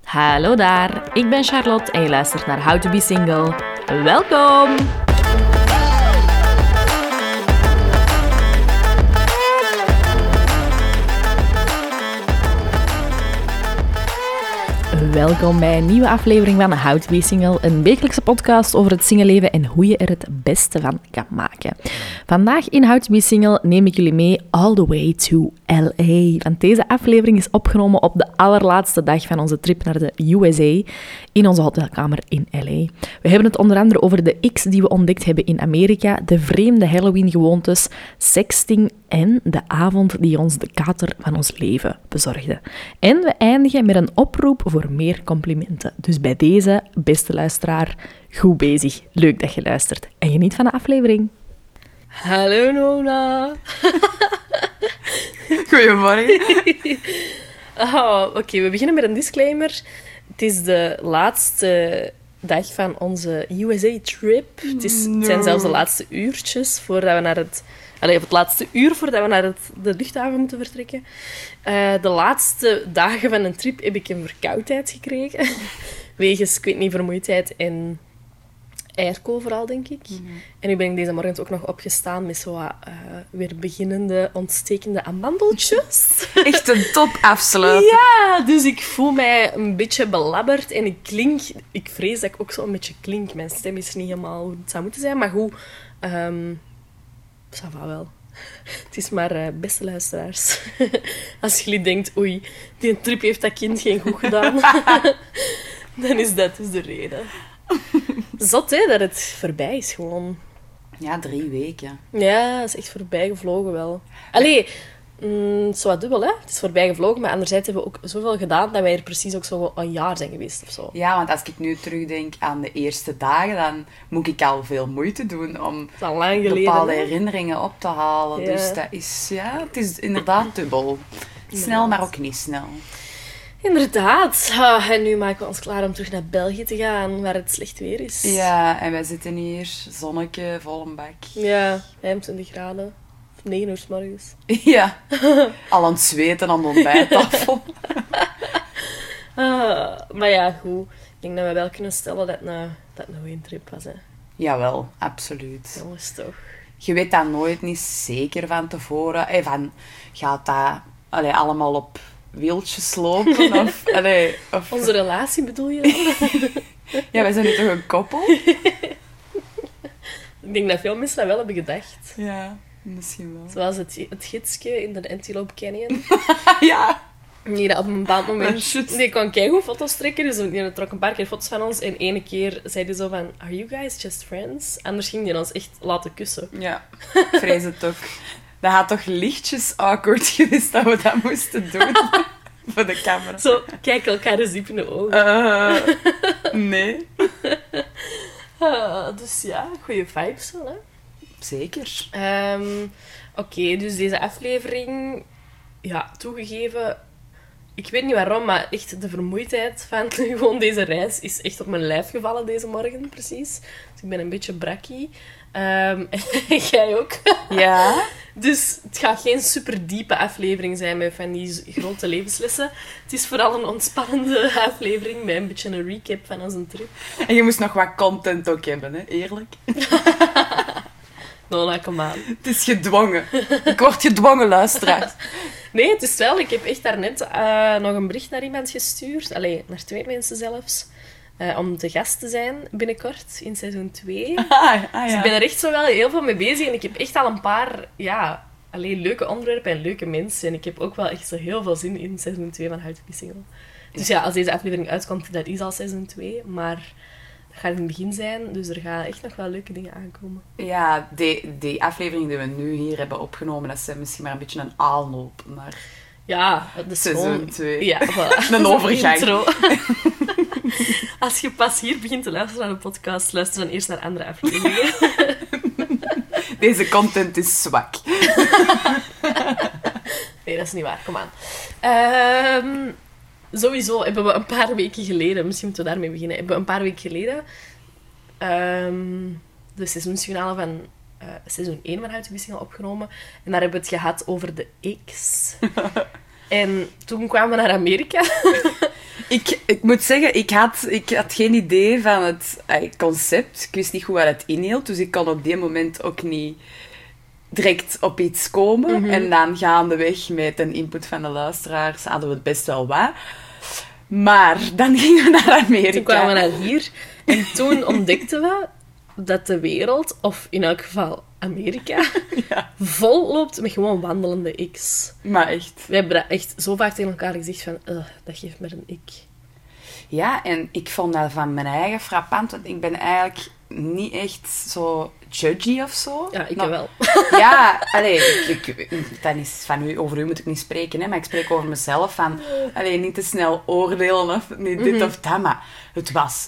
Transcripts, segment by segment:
Hallo daar, ik ben Charlotte en je luistert naar How to be Single. Welkom! Welkom bij een nieuwe aflevering van How to be Single, een wekelijkse podcast over het singleleven en hoe je er het beste van kan maken. Vandaag in How to be Single neem ik jullie mee all the way to LA. Want deze aflevering is opgenomen op de allerlaatste dag van onze trip naar de USA in onze hotelkamer in LA. We hebben het onder andere over de X die we ontdekt hebben in Amerika, de vreemde Halloween-gewoontes, sexting en de avond die ons de kater van ons leven bezorgde. En we eindigen met een oproep voor meer complimenten. Dus bij deze, beste luisteraar, goed bezig. Leuk dat je luistert. En geniet van de aflevering. Hallo Nona. Goedemorgen. Oké, we beginnen met een disclaimer. Het is de laatste dag van onze USA-trip. Het zijn zelfs de laatste uurtjes voordat we naar het laatste uur voordat we naar de luchthaven moeten vertrekken. De laatste dagen van een trip heb ik een verkoudheid gekregen. Wegens, ik weet niet, vermoeidheid en airco vooral, denk ik. Mm-hmm. En nu ben ik deze morgen ook nog opgestaan met zo weer beginnende, ontstekende amandeltjes. Echt een top afsluiten. Ja, dus ik voel mij een beetje belabberd en ik vrees dat ik ook zo een beetje klink. Mijn stem is niet helemaal hoe het zou moeten zijn, maar goed... Ça va wel. Het is maar, beste luisteraars. Als jullie denkt, oei, die trip heeft dat kind geen goed gedaan, dan is dat dus de reden. Zot, hè, dat het voorbij is gewoon. Ja, 3 weken. Ja, dat is echt voorbij gevlogen wel. Allee, het is wat dubbel, hè. Het is voorbij gevlogen, maar anderzijds hebben we ook zoveel gedaan dat wij er precies ook zo een jaar zijn geweest of zo. Ja, want als ik nu terugdenk aan de eerste dagen, dan moet ik al veel moeite doen om bepaalde herinneringen op te halen. Ja. Dus dat is, het is inderdaad dubbel. Snel, maar ook niet snel. Inderdaad. En nu maken we ons klaar om terug naar België te gaan, waar het slecht weer is. Ja, en wij zitten hier, zonnetje, vol een bak. Ja, 25 graden. 9 uur 's morgens. Ja, al aan het zweten aan de ontbijttafel. Maar ja, goed. Ik denk dat we wel kunnen stellen dat het een goede trip was. Hè. Jawel, absoluut. Jongens, toch. Je weet dat nooit niet zeker van tevoren. Gaat dat allemaal op wieltjes lopen? Of... Onze relatie bedoel je dan? Ja, wij zijn nu toch een koppel? Ik denk dat veel mensen dat wel hebben gedacht. Ja. Misschien wel. Zoals het gidsje in de Antelope Canyon. Ja. Die dat op een bepaald moment... Die kon keigoed foto's trekken. Dus die trok een paar keer foto's van ons. En ene keer zei hij zo van... Are you guys just friends? Anders ging hij ons echt laten kussen. Ja, ik vrees het ook. Dat had toch lichtjes awkward geweest dat we dat moesten doen. Voor de camera. Zo, kijk elkaar eens diep in de ogen. Nee. Dus ja, goede vibes wel, hè. Zeker. Oké, dus deze aflevering, ja, toegegeven, ik weet niet waarom, maar echt de vermoeidheid van gewoon deze reis is echt op mijn lijf gevallen deze morgen, precies. Dus ik ben een beetje brakkie. En jij ook. Ja. Dus het gaat geen super diepe aflevering zijn met van die grote levenslessen. Het is vooral een ontspannende aflevering met een beetje een recap van onze trip. En je moest nog wat content ook hebben, hè? Eerlijk. Nona, kom aan. Het is gedwongen. Ik word gedwongen, luisteraars. Nee, het is wel. Ik heb echt daarnet nog een bericht naar iemand gestuurd. Naar 2 mensen zelfs. Om te gast te zijn binnenkort in seizoen 2. Ja. Dus ik ben er echt zo wel heel veel mee bezig. En ik heb echt al een paar leuke onderwerpen en leuke mensen. En ik heb ook wel echt zo heel veel zin in seizoen 2 van How to be Single. Dus ja, als deze aflevering uitkomt, dat is al seizoen 2. Maar... dat gaat in het begin zijn, dus er gaan echt nog wel leuke dingen aankomen. Ja, die aflevering die we nu hier hebben opgenomen, dat is misschien maar een beetje een aanloop naar seizoen 2. Ja, voilà. Een overgang. Intro. Als je pas hier begint te luisteren naar de podcast, luister dan eerst naar andere afleveringen. Deze content is zwak. Nee, dat is niet waar. Kom aan. Sowieso hebben we een paar weken geleden, misschien moeten we daarmee beginnen, hebben we een paar weken geleden de seizoensfinale van seizoen 1 van How to be Single opgenomen. En daar hebben we het gehad over de X. En toen kwamen we naar Amerika. Ik moet zeggen, ik had geen idee van het concept. Ik wist niet goed wat het inhield, dus ik kon op die moment ook niet direct op iets komen. En dan gaandeweg met een input van de luisteraars hadden we het best wel wat. Maar dan gingen we naar Amerika. Toen kwamen we naar hier en toen ontdekten we dat de wereld, of in elk geval Amerika, vol loopt met gewoon wandelende X. Maar echt. We hebben dat echt zo vaak tegen elkaar gezegd van, dat geeft me een ik. Ja, en ik vond dat van mijn eigen frappant, want ik ben eigenlijk niet echt zo judgy of zo. Ja, ik wel. Ja, dat is van u, over u moet ik niet spreken, hè, maar ik spreek over mezelf. Van, niet te snel oordelen of niet dit of dat, maar het was...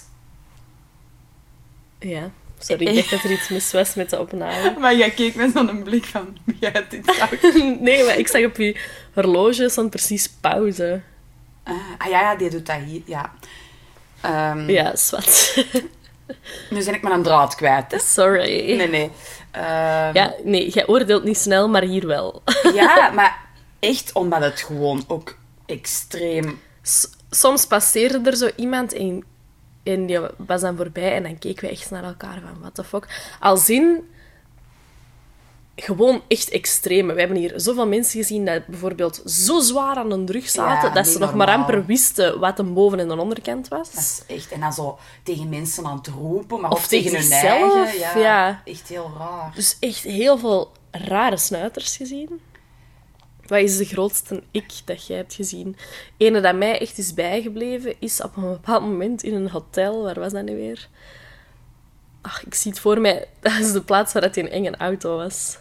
Ja, sorry, ik dacht dat er iets mis was met de opname. Maar jij keek met zo'n blik van, jij hebt dit fout. Nee, maar ik zag op je horloge stond precies pauze. Ja, die doet dat hier, ja. Ja, zwart. Nu ben ik mijn draad kwijt, hè. Sorry. Nee. Ja, nee, jij oordeelt niet snel, maar hier wel. Ja, maar echt omdat het gewoon ook extreem... Soms passeerde er zo iemand en die was dan voorbij en dan keken we echt naar elkaar van, what the fuck. Als in... Gewoon echt extreme. We hebben hier zoveel mensen gezien dat bijvoorbeeld zo zwaar aan hun rug zaten, dat ze nog maar amper wisten wat de boven- en de onderkant was. Dat is echt... En dan zo tegen mensen aan het roepen, maar of ook tegen hun zichzelf. eigen. Ja, echt heel raar. Dus echt heel veel rare snuiters gezien. Wat is de grootste ik dat jij hebt gezien? Ene dat mij echt is bijgebleven, is op een bepaald moment in een hotel. Waar was dat nu weer? Ach, ik zie het voor mij. Dat is de plaats waar het een enge auto was.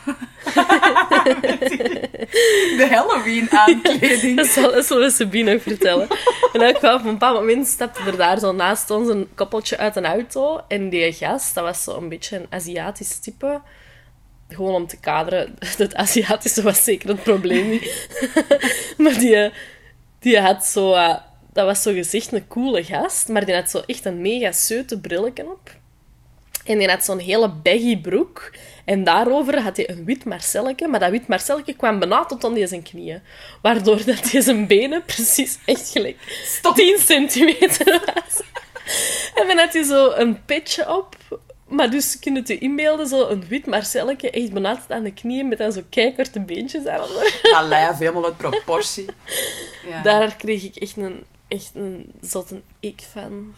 De Halloween-aankleding. Dat zal Sabine nog vertellen. En dan kwam op een bepaald moment stapte er daar zo naast ons een koppeltje uit een auto. En die gast, dat was zo een beetje een Aziatisch type. Gewoon om te kaderen. Het Aziatische was zeker het probleem niet. Maar die had zo... dat was zo gezegd een coole gast. Maar die had zo echt een mega zeute brilletje op. En die had zo'n hele baggy broek. En daarover had hij een wit marcelletje. Maar dat wit marcelletje kwam bijna tot onder zijn knieën. Waardoor dat hij zijn benen precies echt gelijk 10 centimeter was. En dan had hij zo een petje op. Maar dus kun je het je inbeelden, zo een wit marcelletje, echt bijna tot aan de knieën, met dan zo keikorte beentjes aan. Dat lijf helemaal uit proportie. Ja. Daar kreeg ik echt een zotte ik van.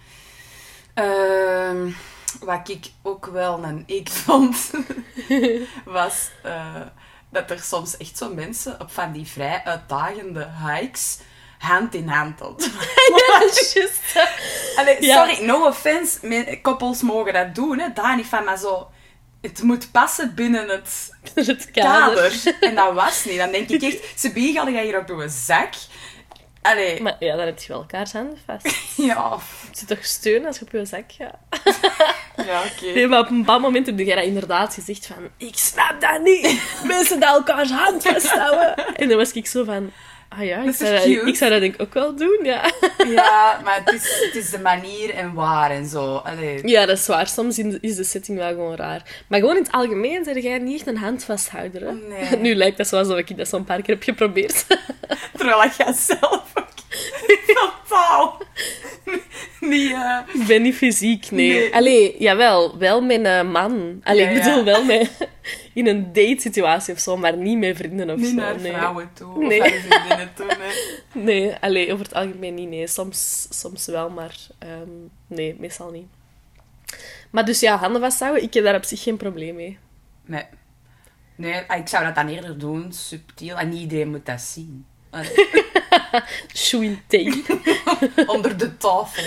Wat ik ook wel een ik vond, was dat er soms echt zo mensen op van die vrij uitdagende hikes hand in hand op. Ja, juist. Sorry, no offense, koppels mogen dat doen, hè, daar niet van, maar zo... Het moet passen binnen het kader. En dat was niet. Dan denk ik echt, ze biegelen jij hier op uw zak. Allee. Maar ja, dan heb je wel elkaars handen vast. Ja. Het zit toch steun als je op je zak gaat? Ja, oké. Nee, maar op een bepaald moment heb jij dat inderdaad gezegd van... Ik snap dat niet. Mensen dat elkaars hand vasthouden. En dan was ik zo van... Ah ja, ik zou dat denk ik ook wel doen, ja. Ja, maar het is de manier en waar en zo. Allee. Ja, dat is waar. Soms is de setting wel gewoon raar. Maar gewoon in het algemeen zeg jij niet echt een handvasthouder, hè? Nee. Nu lijkt dat zoals ik dat zo'n paar keer heb geprobeerd. Terwijl ik jij zelf ook totaal niet... Ik ben niet fysiek, nee. Allee, jawel, wel met een man. Allee, Ja, ik bedoel wel met... In een date-situatie of zo, maar niet met vrienden of niet zo. naar nee. vrouwen toe, Nee. of naar vriendinnen toe, nee. Nee, allee, over het algemeen niet, nee. Soms wel, maar nee, meestal niet. Maar dus ja, handen vasthouden, ik heb daar op zich geen probleem mee. Nee, ik zou dat dan eerder doen, subtiel. En niet iedereen moet dat zien. Shoe in thee. Onder de tafel.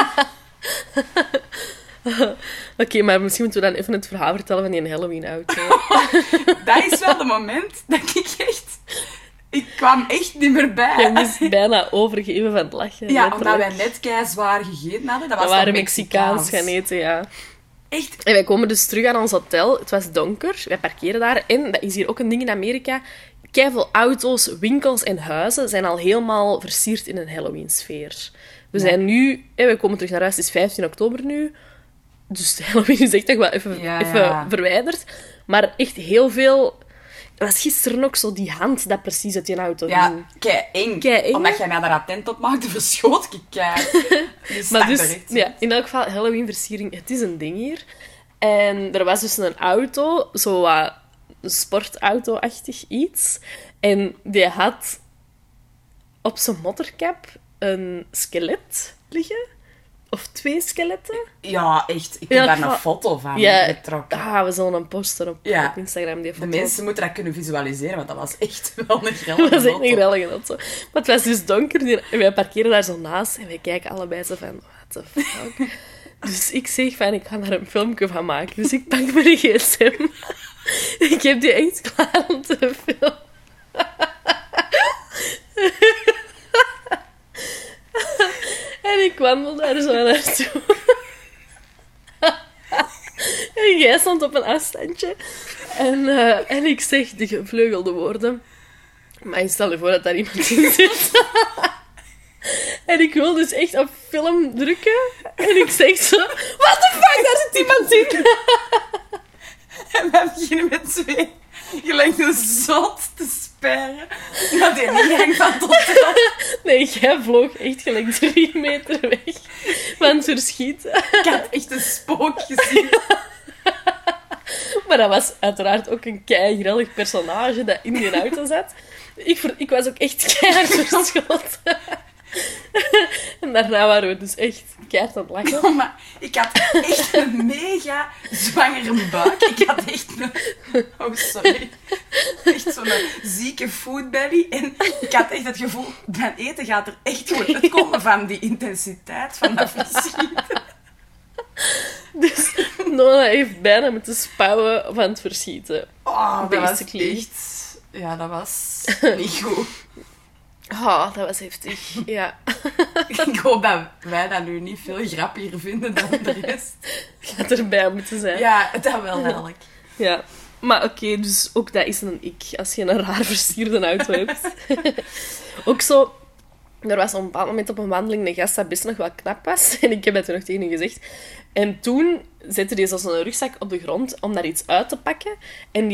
Oké, maar misschien moeten we dan even het verhaal vertellen van die Halloween-auto. Dat is wel het moment dat ik echt... Ik kwam echt niet meer bij. Je moest bijna overgeven van het lachen. Ja, letterlijk. omdat wij net keizwaar gegeten hadden. Dat was We waren toch Mexicaans gaan eten, ja. Echt? En wij komen dus terug aan ons hotel. Het was donker. Wij parkeren daar. En dat is hier ook een ding in Amerika. Keiveel auto's, winkels en huizen zijn al helemaal versierd in een Halloween-sfeer. We zijn nu... we komen terug naar huis. Het is 15 oktober nu. Dus Halloween is echt nog wel even verwijderd. Maar echt heel veel... was gisteren ook zo die hand dat precies uit die auto Ja, ging. kei-eng. Omdat jij mij daar attent op maakte, verschoot ik kei. Maar dus, ja, in elk geval, Halloween-versiering, het is een ding hier. En er was dus een auto, zo wat een sportauto-achtig iets. En die had op zijn motorkap een skelet liggen. Of 2 skeletten. Ja, echt. Ik heb daar een foto van getrokken. We zullen een poster op Instagram. Die foto. De mensen moeten dat kunnen visualiseren, want dat was echt wel een grellige Dat was echt een grellige auto. Maar het was dus donker. Wij parkeren daar zo naast. En wij kijken allebei zo van... What the fuck? Dus ik zeg van... Ik ga daar een filmpje van maken. Dus ik pak mijn gsm. Ik heb die echt klaar om te filmen. En ik wandel daar zo naartoe. En jij stond op een afstandje. En ik zeg de gevleugelde woorden. Maar stel je voor dat daar iemand in zit. En ik wil dus echt op film drukken. En ik zeg zo... What the fuck, daar zit iemand in! En wij beginnen met 2 gelijk een zot te speren. Dat die ingang van het hotel. Nee, jij vloog echt gelijk 3 meter weg van het verschieten. Ik had echt een spook gezien. Maar dat was uiteraard ook een keigrillig personage dat in die auto zat. Ik was ook echt keihard verschoten. En daarna waren we dus echt keihard aan het lachen. Oh, maar ik had echt een mega zwangere buik. Ik had echt een... Oh, sorry. Echt zo'n zieke foodbelly. En ik had echt het gevoel, mijn eten gaat er echt gewoon uitkomen van die intensiteit van dat verschieten. Dus Nona heeft bijna moeten spouwen van het verschieten. Oh, dat was echt... Ja, dat was niet goed. Oh, dat was heftig, ja. Ik hoop dat wij dat nu niet veel grappiger vinden dan de rest. Je had erbij moeten zijn. Ja, dat wel eigenlijk. Ja. Maar oké, dus ook dat is een ik, als je een raar versierde auto hebt. Ook zo... Er was op een bepaald moment op een wandeling een gast dat best nog wel knap was. En ik heb dat toen nog tegen hem gezegd. En toen zette hij zo'n rugzak op de grond om daar iets uit te pakken. En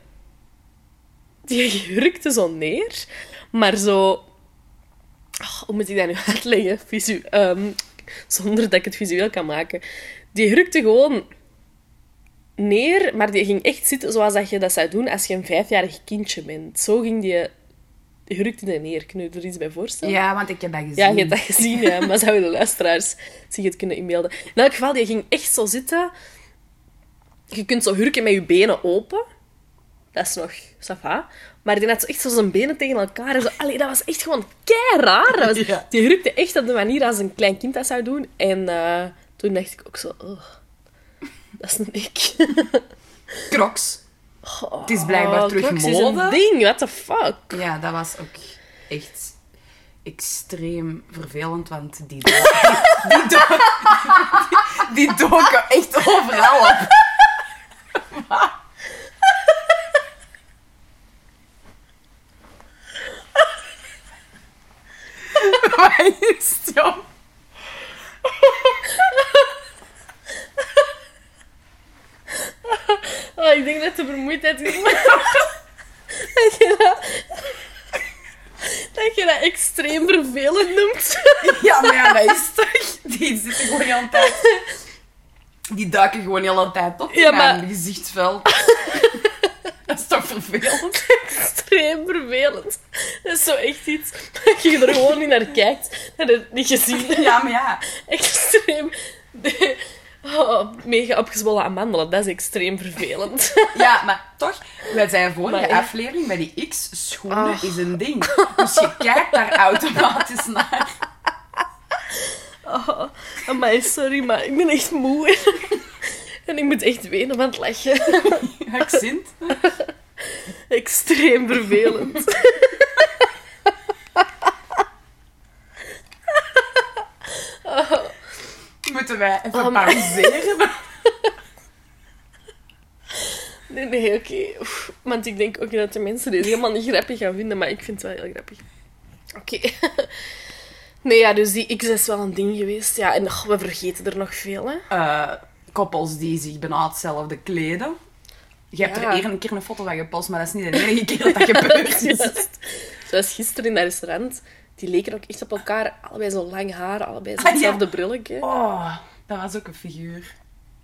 die hurkte zo neer. Maar zo... Oh, hoe moet ik dat nu uitleggen? Zonder dat ik het visueel kan maken. Die hurkte gewoon neer, maar die ging echt zitten zoals dat je dat zou doen als je een 5-jarig kindje bent. Zo ging die hurkte die neer. Kun je er iets bij voorstellen? Ja, want ik heb dat gezien. Ja, je hebt dat gezien, ja. Maar zouden de luisteraars zich het kunnen inbeelden? In elk geval, die ging echt zo zitten. Je kunt zo hurken met je benen open. Dat is nog ça va. Maar die had zo echt zo zijn benen tegen elkaar. En zo, allee, dat was echt gewoon keiraar. Ja. Die hurkte echt op de manier als een klein kind dat zou doen. En toen dacht ik ook zo... Oh, dat is een ik. Crocs. Oh, het is blijkbaar terug Crocs mode. is een ding, what the fuck. Ja, dat was ook echt extreem vervelend, want die doken echt overal op. Wat is het, joh? Oh, ik denk dat de vermoeidheid is. dat je dat extreem vervelend noemt. Ja, maar ja, dat is toch... Die zitten gewoon de hele tijd... Die duiken gewoon de hele tijd op in mijn gezichtsveld. Dat is toch vervelend? Extreem vervelend. Dat is zo echt iets dat je er gewoon niet naar kijkt. Dat heb je niet gezien. Ja, maar ja. Extreem... mega opgezwollen amandelen, dat is extreem vervelend. Ja, maar toch, wij zeiden vorige aflevering, bij die X-schoenen is een ding. Dus je kijkt daar automatisch naar. Oh, amai, sorry, maar ik ben echt moe. En ik moet echt wenen van het lachen. Accent. Extreem vervelend. Moeten wij even pauzeren? Nee, oké. Want ik denk ook dat de mensen dit helemaal niet grappig gaan vinden, maar ik vind het wel heel grappig. Oké. Nee, ja, dus die X is wel een ding geweest. Ja, en we vergeten er nog veel, hè. Koppels die zich bijna hetzelfde kleden. Je hebt er een keer een foto van gepost, maar dat is niet de enige keer dat gebeurt is. Zoals gisteren in dat restaurant. Die leken ook echt op elkaar. Allebei zo lang haar, allebei zo'nzelfde brilletje. Oh, dat was ook een figuur.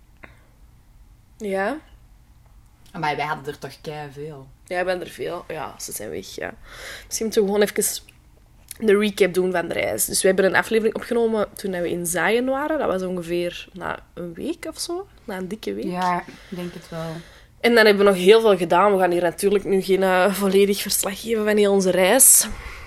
Ja. Maar wij hadden er toch veel. Ja, we hebben er veel. Ja, ze zijn weg, ja. Misschien moeten we gewoon even de recap doen van de reis. Dus we hebben een aflevering opgenomen toen we in Zaaien waren. Dat was ongeveer na een week of zo. Na een dikke week. Ja, ik denk het wel. En dan hebben we nog heel veel gedaan. We gaan hier natuurlijk nu geen volledig verslag geven van heel onze reis.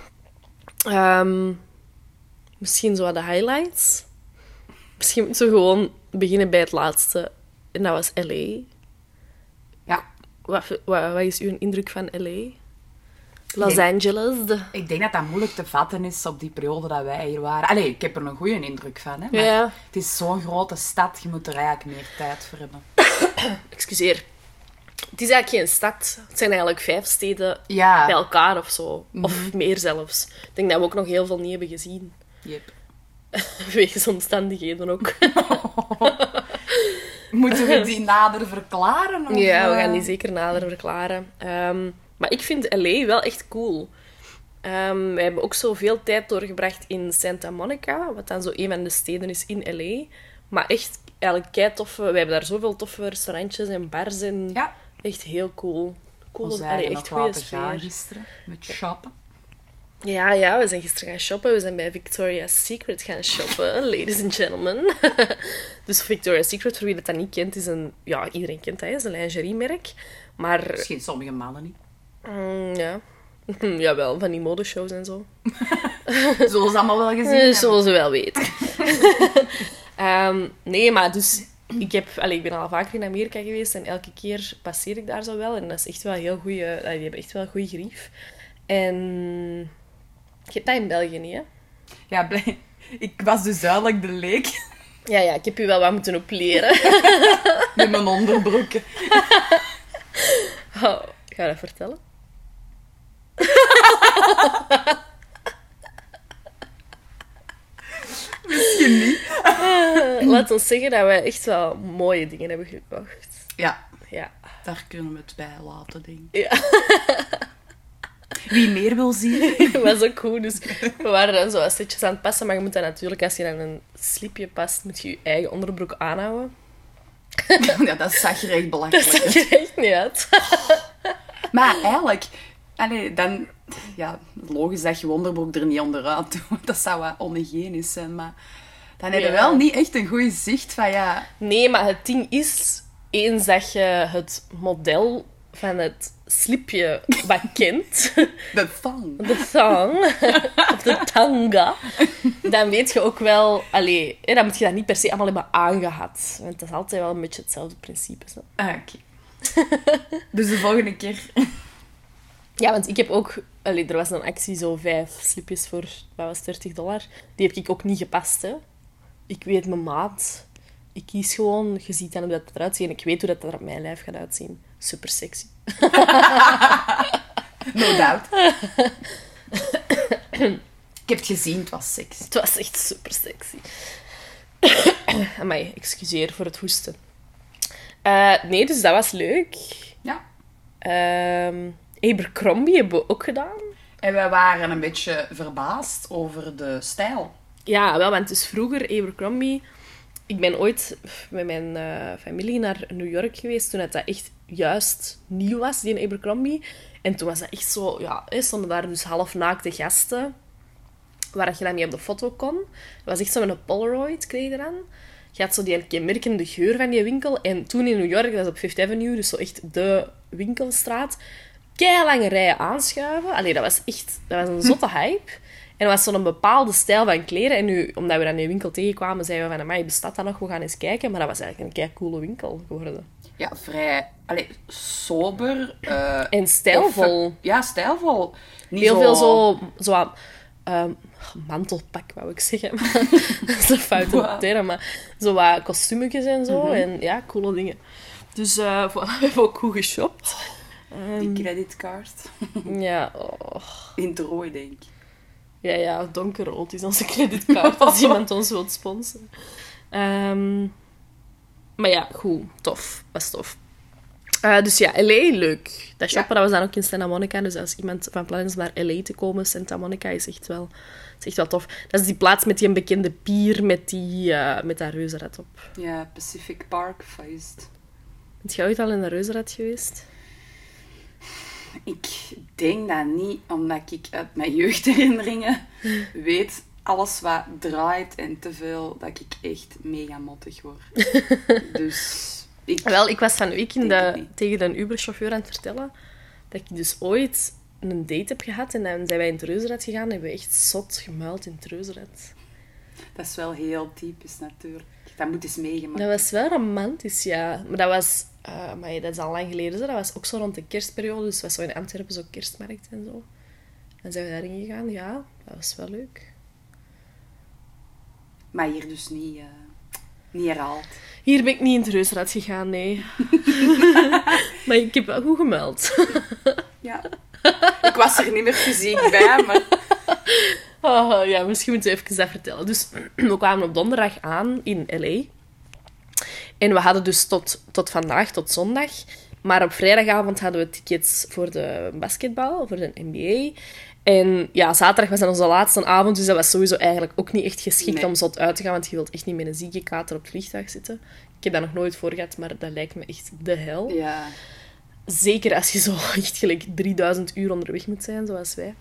Misschien zo wat de highlights. Misschien moeten we gewoon beginnen bij het laatste. En dat was L.A. Ja. Wat is uw indruk van L.A.? Los Angeles? Ik denk dat dat moeilijk te vatten is op die periode dat wij hier waren. Allee, ik heb er een goede indruk van. Hè? Maar Ja. Het is zo'n grote stad, je moet er eigenlijk meer tijd voor hebben. Excuseer. Het is eigenlijk geen stad. Het zijn eigenlijk 5 steden Ja. bij elkaar of zo. Of meer zelfs. Ik denk dat we ook nog heel veel niet hebben gezien. Yep. Wegens omstandigheden ook. Moeten we die nader verklaren? Of, Ja, we gaan die zeker nader verklaren. Maar ik vind L.A. wel echt cool. We hebben ook zo veel tijd doorgebracht in Santa Monica, wat dan zo een van de steden is in L.A. Maar echt, eigenlijk keitoffe. We hebben daar zoveel toffe restaurantjes en bars en Ja. echt heel cool. We Allee, zijn echt nog goede laten gaan sfeer. gisteren met shoppen. Ja, we zijn gisteren gaan shoppen. We zijn bij Victoria's Secret gaan shoppen, ladies and gentlemen. Dus Victoria's Secret, voor wie dat niet kent, is een... Ja, iedereen kent dat, is een lingeriemerk. Maar... Misschien sommige mannen niet. Ja. Jawel, van die modeshows en zo. Zullen ze allemaal wel gezien hebben? Zullen ze wel weten. Nee, maar dus... Ik ben al vaker in Amerika geweest en elke keer passeer ik daar zo wel. En dat is echt wel heel goeie... Die hebben echt wel goede grief. En... Je hebt dat in België niet, hè? Ja, ik was dus duidelijk de leek Ja, ik heb u wel wat moeten opleren. met mijn onderbroeken. Oh, ga je dat vertellen? Misschien niet. Laat ons zeggen dat we echt wel mooie dingen hebben gekocht. Ja, Ja. daar kunnen we het bij laten, denk ik. Ja. Wie meer wil zien? Dat was ook goed. Dus we waren dan zo wat setjes aan het passen. Maar je moet dan natuurlijk, als je dan een slipje past, moet je je eigen onderbroek aanhouden. Ja, dat zag je echt belachelijk. Dat zag er echt niet uit. Maar eigenlijk... dan... Ja, logisch dat je onderbroek er niet onderuit doet. Dat zou wat onhygiënisch zijn, maar... Dan heb je wel niet echt een goede zicht van, ja... Nee, maar het ding is... Eens dat je het model van het slipje wat kent... De thong. De thong, of de tanga, dan weet je ook wel... dan moet je dat niet per se allemaal hebben aangehad. Want dat is altijd wel een beetje hetzelfde principe. Zo. Oké. Dus de volgende keer... Ja, want ik heb ook... er was een actie, zo 5 slipjes voor, wat was het, $30. Die heb ik ook niet gepast, hè. Ik weet mijn maat. Ik kies gewoon, je ziet dan hoe dat eruit ziet en ik weet hoe dat er op mijn lijf gaat uitzien. Super sexy. No doubt. Ik heb het gezien, het was sexy. Het was echt super sexy. Amai, excuseer voor het hoesten. Nee, dus dat was leuk. Ja. Abercrombie hebben we ook gedaan. En wij waren een beetje verbaasd over de stijl. Ja, wel, want dus vroeger Abercrombie... Ik ben ooit met mijn familie naar New York geweest toen het dat echt juist nieuw was, die Abercrombie. En toen was dat echt zo... Ja, stonden daar dus halfnaakte gasten waar je dan mee op de foto kon. Dat was echt zo met een Polaroid, kreeg je dan. Je had zo die kenmerkende geur van die winkel. En toen in New York, dat was op Fifth Avenue, dus zo echt de winkelstraat, keilange rijen aanschuiven. Dat was een zotte hype. En er was zo'n bepaalde stijl van kleren. En nu, omdat we dan in die winkel tegenkwamen, zeiden we van, amai, bestaat dat nog? We gaan eens kijken. Maar dat was eigenlijk een keicoole winkel geworden. Ja, vrij... sober. En stijlvol. Ja, stijlvol. Niet Heel zo... veel zo wat, mantelpak, wou ik zeggen. Maar dat is een foute term. Maar zo wat kostuumetjes en zo. En ja, coole dingen. Dus voilà, we hebben ook goed geshopt. Die creditcard. Ja, In het rooi, denk ik. Ja, donkerrood is onze creditcard als iemand ons wil sponsoren. Maar ja, goed. Tof. Was tof. Dus ja, L.A. leuk. Dat shoppen dat was dan ook in Santa Monica. Dus als iemand van plan is om naar L.A. te komen, Santa Monica is echt wel tof. Dat is die plaats met die bekende pier met dat reuzenrad op. Ja, Pacific Park, feest. Bent je ooit al in een reuzenrad geweest? Ik denk dat niet, omdat ik uit mijn jeugdherinneringen weet alles wat draait en te veel, dat ik echt mega mottig word. Dus... Ik was van de week tegen een Uber-chauffeur aan het vertellen dat ik dus ooit een date heb gehad en dan zijn wij in het reuzenrad gegaan en hebben we echt zot gemuild in het reuzenrad. Dat is wel heel typisch natuurlijk. Dat moet eens meegemaakt. Dat was wel romantisch, ja. Maar dat was... maar dat is al lang geleden. Dat was ook zo rond de kerstperiode. Dus het was zo in Antwerpen zo'n kerstmarkt en zo. En zijn we daarin gegaan. Ja, dat was wel leuk. Maar hier dus niet herhaald. Hier ben ik niet in het reuzenrad gegaan, nee. Maar ik heb wel goed gemeld. Ja. Ik was er niet meer fysiek bij, maar... Ja, misschien moeten we even dat vertellen. Dus we kwamen op donderdag aan in L.A. En we hadden dus tot vandaag, tot zondag. Maar op vrijdagavond hadden we tickets voor de basketbal, voor de NBA. En ja, zaterdag was dan onze laatste avond, dus dat was sowieso eigenlijk ook niet echt geschikt om zot uit te gaan, want je wilt echt niet met een zieke kater op het vliegtuig zitten. Ik heb dat nog nooit voor gehad, maar dat lijkt me echt de hel. Ja. Zeker als je zo echt gelijk 3000 uur onderweg moet zijn, zoals wij.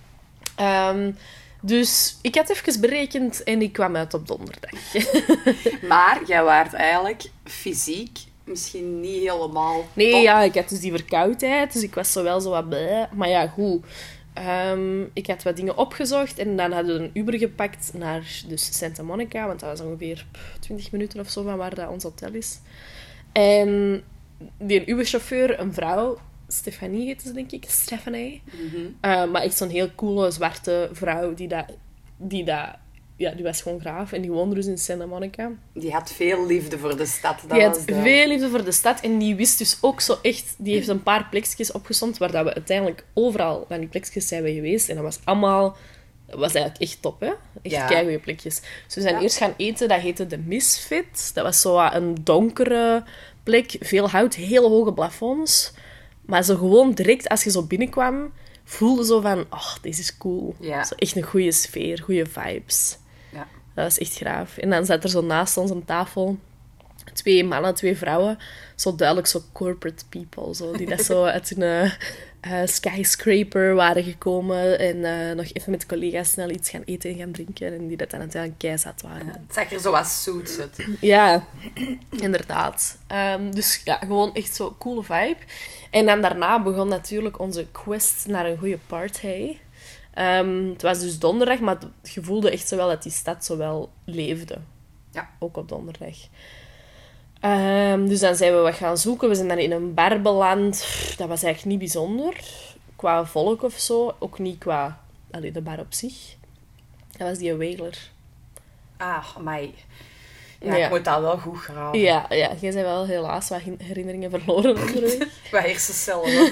Dus ik had even berekend en ik kwam uit op donderdag. Maar jij waart eigenlijk fysiek misschien niet helemaal Nee, top. ja, ik had dus die verkoudheid, dus ik was zo wel zo wat blij. Maar ja, goed. Ik had wat dingen opgezocht en dan hadden we een Uber gepakt naar dus Santa Monica, want dat was ongeveer 20 minuten of zo van waar dat ons hotel is. En die Uber-chauffeur, een vrouw, Stefanie heette ze, denk ik. Stephanie. Mm-hmm. Maar echt zo'n heel coole, zwarte vrouw die was gewoon graaf. En die woonde dus in Santa Monica. Die had veel liefde voor de stad. Die had veel liefde voor de stad. En die wist dus ook zo echt... Die heeft een paar plekjes opgesomd waar dat we uiteindelijk overal aan die plekjes zijn we geweest. En dat was allemaal... Dat was eigenlijk echt top, hè? Echt keigoeie plekjes. Dus we zijn eerst gaan eten. Dat heette de Misfit. Dat was zo een donkere plek. Veel hout, hele hoge plafonds. Maar zo gewoon direct, als je zo binnenkwam, voelde zo van... Oh, deze is cool. Ja. Zo echt een goede sfeer, goede vibes. Ja. Dat was echt gaaf. En dan zat er zo naast ons een tafel 2 mannen, 2 vrouwen. Zo duidelijk zo corporate people. Zo, die dat zo uit een skyscraper waren gekomen. En nog even met collega's snel iets gaan eten en gaan drinken. En die dat dan uiteindelijk keizat waren. Het zag er zo wat zoet uit. Ja, inderdaad. Dus ja, gewoon echt zo'n coole vibe. En dan daarna begon natuurlijk onze quest naar een goede party. Het was dus donderdag, maar je voelde echt zo wel dat die stad zo wel leefde. Ja. Ook op donderdag. Dus dan zijn we wat gaan zoeken. We zijn dan in een bar beland. Dat was eigenlijk niet bijzonder. Qua volk of zo. Ook niet qua de bar op zich. Dat was die Whaler. Ah, maar... Ja, ik moet dat wel goed graven. Ja, jij bent wel helaas wat herinneringen verloren onderweg. Wat hersencellen.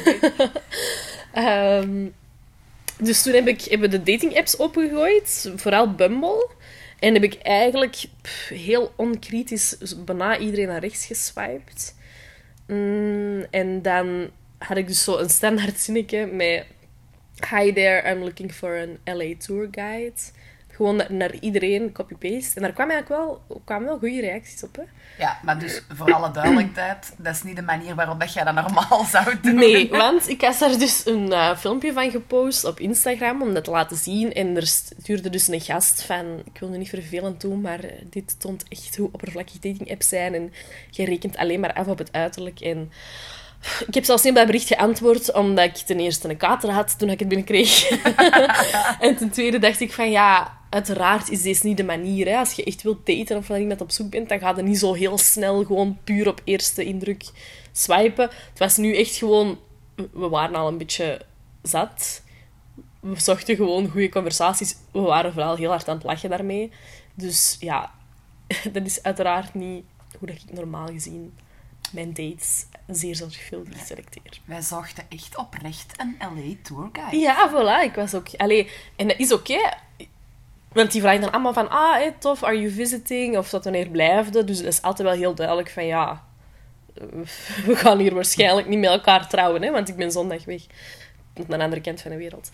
Dus toen hebben we de dating-apps opengegooid. Vooral Bumble. En heb ik eigenlijk heel onkritisch bijna iedereen naar rechts geswiped. En dan had ik dus zo een standaard zinnetje met... Hi there, I'm looking for an LA tour guide. Gewoon naar iedereen, copy-paste. En daar kwamen wel goede reacties op, hè. Ja, maar dus voor alle duidelijkheid, dat is niet de manier waarop dat jij dat normaal zou doen. Nee, want ik had daar dus een filmpje van gepost op Instagram om dat te laten zien. En er stuurde dus een gast van... Ik wil nu niet vervelend doen, maar dit toont echt hoe oppervlakkig dating-apps zijn. En je rekent alleen maar af op het uiterlijk. En ik heb zelfs niet op dat bericht geantwoord, omdat ik ten eerste een kater had toen ik het binnenkreeg. En ten tweede dacht ik van ja... Uiteraard is deze niet de manier. Hè. Als je echt wilt daten of naar iemand op zoek bent, dan gaat het niet zo heel snel gewoon puur op eerste indruk swipen. Het was nu echt gewoon... We waren al een beetje zat. We zochten gewoon goede conversaties. We waren vooral heel hard aan het lachen daarmee. Dus ja, dat is uiteraard niet hoe dat ik normaal gezien mijn dates zeer zorgvuldig selecteer. Wij zochten echt oprecht een LA tourguide. Ja, voilà. Ik was ook... en dat is oké. Want die vragen dan allemaal van, tof, are you visiting? Of tot wanneer blijfde? Dus dat is altijd wel heel duidelijk van, ja, we gaan hier waarschijnlijk niet met elkaar trouwen, hè, want ik ben zondag weg. Op de andere kant van de wereld.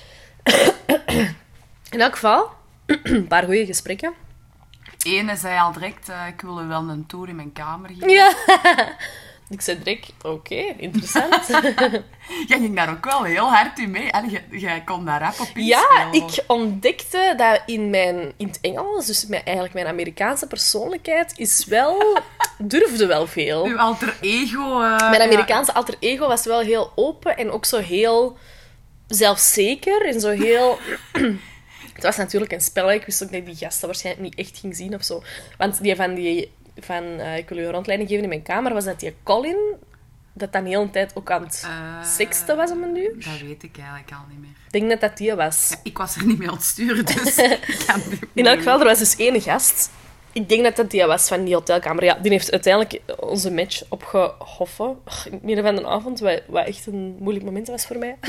In elk geval, een paar goede gesprekken. Ene zei al direct, ik wil wel een tour in mijn kamer geven. Ja. Ik zei direct, oké, interessant. Jij ging daar ook wel heel hard in mee. Jij kon daar rap op inspelen. Ja, ik ontdekte dat in het Engels, dus eigenlijk mijn Amerikaanse persoonlijkheid, durfde wel veel. Uw alter ego... Mijn Amerikaanse alter ego was wel heel open en ook zo heel zelfzeker en zo heel... Het was natuurlijk een spel. Ik wist ook dat die gasten waarschijnlijk niet echt ging zien of zo. Want ik wil je een rondleiding geven in mijn kamer, was dat die Colin, dat dan de hele tijd ook aan het seksten was om een uur. Dat weet ik eigenlijk al niet meer. Ik denk dat dat die was. Ja, ik was er niet mee aan het sturen, dus ik kan het In elk geval, er was dus één gast. Ik denk dat dat die was van die hotelkamer. Ja, die heeft uiteindelijk onze match opgehoffen. In het midden van de avond, wat echt een moeilijk moment was voor mij.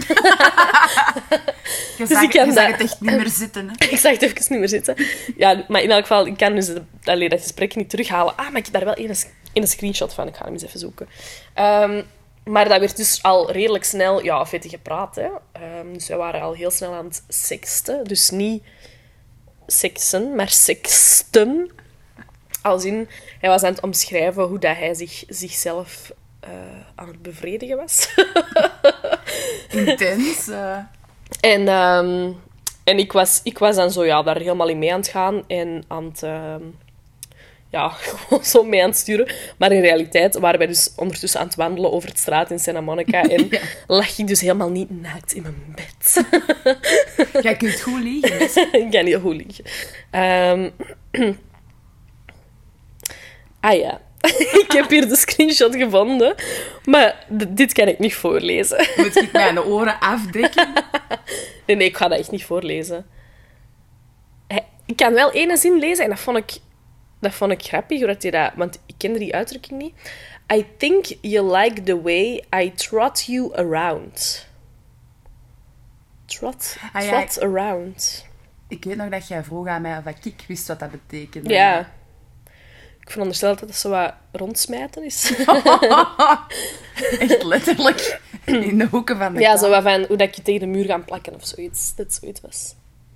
Je zag het echt niet meer zitten. Hè? Ik zag het even niet meer zitten. Ja, maar in elk geval, ik kan dus dat gesprek niet terughalen. Maar ik heb daar wel een screenshot van. Ik ga hem eens even zoeken. Maar dat werd dus al redelijk snel vettig gepraat. Hè. Dus we waren al heel snel aan het seksten. Dus niet seksen, maar seksten. Als in, hij was aan het omschrijven hoe dat hij zichzelf aan het bevredigen was. Intens. En ik was dan zo daar helemaal in mee aan het gaan en aan het... gewoon zo mee aan het sturen. Maar in realiteit waren wij dus ondertussen aan het wandelen over de straat in Santa Monica. En lag ik dus helemaal niet naakt in mijn bed. Jij kunt goed liegen. Ik kan niet goed liegen. Ja. Ik heb hier de screenshot gevonden. Maar dit kan ik niet voorlezen. Moet ik mijn oren afdekken? Nee, ik ga dat echt niet voorlezen. Ik kan wel ene zin lezen en dat vond ik grappig, doordat hij dat... Want ik kende die uitdrukking niet. I think you like the way I trot you around. Trot around. Ik weet nog dat jij vroeg aan mij of ik wist wat dat betekende. Ja. Ik veronderstel dat het zo wat rondsmijten is. Echt letterlijk in de hoeken van de Ja, kamer. zo wat van hoe dat je tegen de muur gaan plakken of zoiets. Dat zoiets was.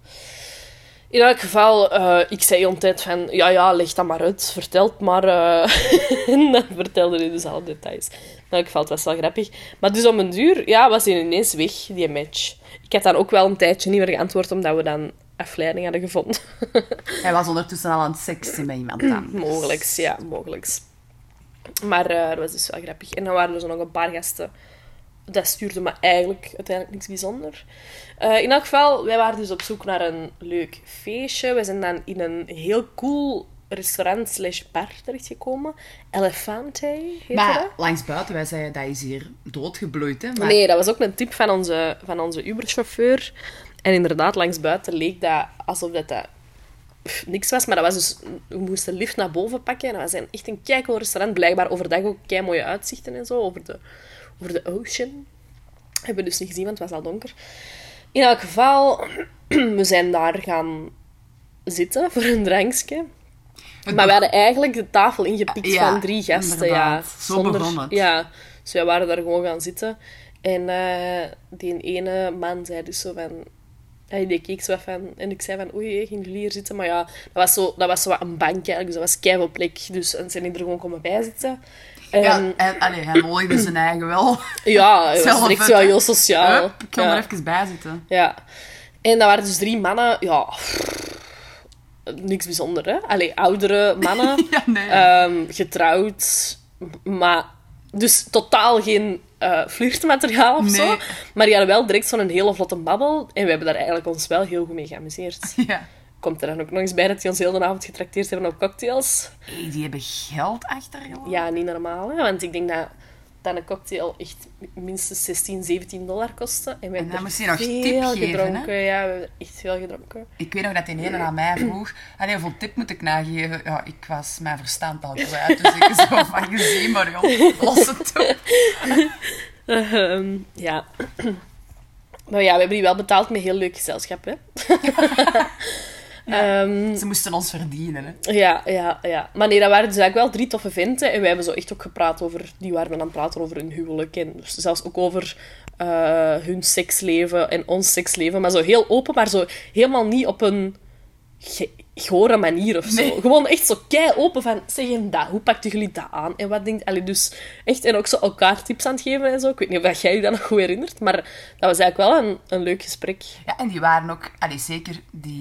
In elk geval, ik zei de hele tijd van... Ja, leg dat maar uit. Vertel het maar. En dan vertelde hij dus alle details. In elk geval, het was wel grappig. Maar dus om een duur was hij ineens weg, die match. Ik had dan ook wel een tijdje niet meer geantwoord, omdat we dan afleiding hadden gevonden. Hij was ondertussen al aan het seksen met iemand dan. Mogelijks, ja, mogelijks. Maar dat was dus wel grappig. En dan waren er zo nog een paar gasten. Dat stuurde me eigenlijk uiteindelijk niks bijzonder. In elk geval, wij waren dus op zoek naar een leuk feestje. We zijn dan in een heel cool restaurant/bar terechtgekomen. Elefante heette dat. Langs buiten, wij zeiden dat is hier doodgebloeid. Hè? Maar... Nee, dat was ook een tip van onze Uber-chauffeur. En inderdaad, langs buiten leek dat alsof dat niks was. Maar dat was dus... We moesten de lift naar boven pakken. En dat was echt een keicool restaurant. Blijkbaar overdag ook keimooie uitzichten en zo. Over de ocean. Hebben we dus niet gezien, want het was al donker. In elk geval, we zijn daar gaan zitten voor een drankje. Maar we hadden eigenlijk de tafel ingepikt van 3 gasten. Ja, zo begon het. Ja, dus wij waren daar gewoon gaan zitten. En die ene man zei dus zo van... Die keek zo van... En ik zei van... Oei, gaan jullie hier zitten? Maar ja, dat was zo wat een bank eigenlijk. Dus dat was keiveel plek. Dus en zijn die er gewoon komen bijzitten. Ja, en hij nodigde zijn eigen wel. Ja, hij was direct wel heel sociaal. Ik kan er even bij zitten. Ja. En dat waren dus 3 mannen. Ja, niks bijzonder, hè? Allee, oudere mannen. Ja, nee. Getrouwd. Maar... Dus totaal geen flirtmateriaal of zo. Maar die hadden wel direct zo'n hele vlotte babbel. En we hebben daar eigenlijk ons wel heel goed mee geamuseerd. Ja. Komt er dan ook nog eens bij dat die ons heel de avond getrakteerd hebben op cocktails. Hey, die hebben geld achtergelaten. Ja, niet normaal, hè? Want ik denk dat een cocktail echt minstens $16-17 kostte. En we hebben moest je nog veel tip geven, gedronken. hè? Ja, we hebben echt veel gedronken. Ik weet nog dat die ene aan mij vroeg... hoeveel tip moet ik nageven? Ja, ik was mijn verstand al kwijt. Dus ik zo van gezien, maar joh, los het op. Ja. Maar ja, we hebben die wel betaald met heel leuk gezelschap, hè. Ze moesten ons verdienen, hè. Ja. Maar nee, dat waren dus eigenlijk wel 3 toffe venten. En wij hebben zo echt ook gepraat over... Die waren dan aan het praten over hun huwelijk. En zelfs ook over hun seksleven en ons seksleven. Maar zo heel open, maar zo helemaal niet op een gore manier of zo. Nee. Gewoon echt zo kei open van... Zeg je dat? Hoe pakten jullie dat aan? En wat denkt... Allee, dus echt... En ook zo elkaar tips aan het geven en zo. Ik weet niet of jij je dat nog goed herinnert. Maar dat was eigenlijk wel een leuk gesprek. Ja, en die waren ook... Allee, zeker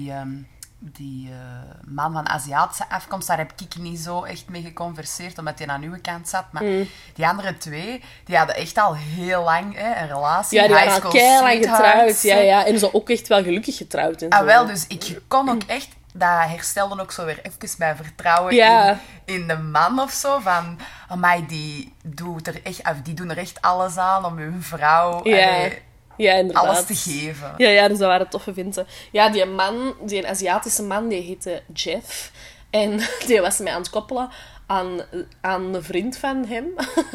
die man van Aziatische afkomst, daar heb ik niet zo echt mee geconverseerd, omdat hij aan uw kant zat. Maar die andere 2, die hadden echt al heel lang een relatie. Ja, die waren al keilang getrouwd. Ja. En zo ook echt wel gelukkig getrouwd. En zo. Wel, dus ik kon ook echt... Dat herstelde ook zo weer even mijn vertrouwen in de man of zo. Van, amai, die doen er echt alles aan om hun vrouw... Ja, inderdaad. Alles te geven. Ja, dus dat waren toffe vinten. Ja, die Aziatische man, die heette Jeff. En die was mij aan het koppelen aan een vriend van hem.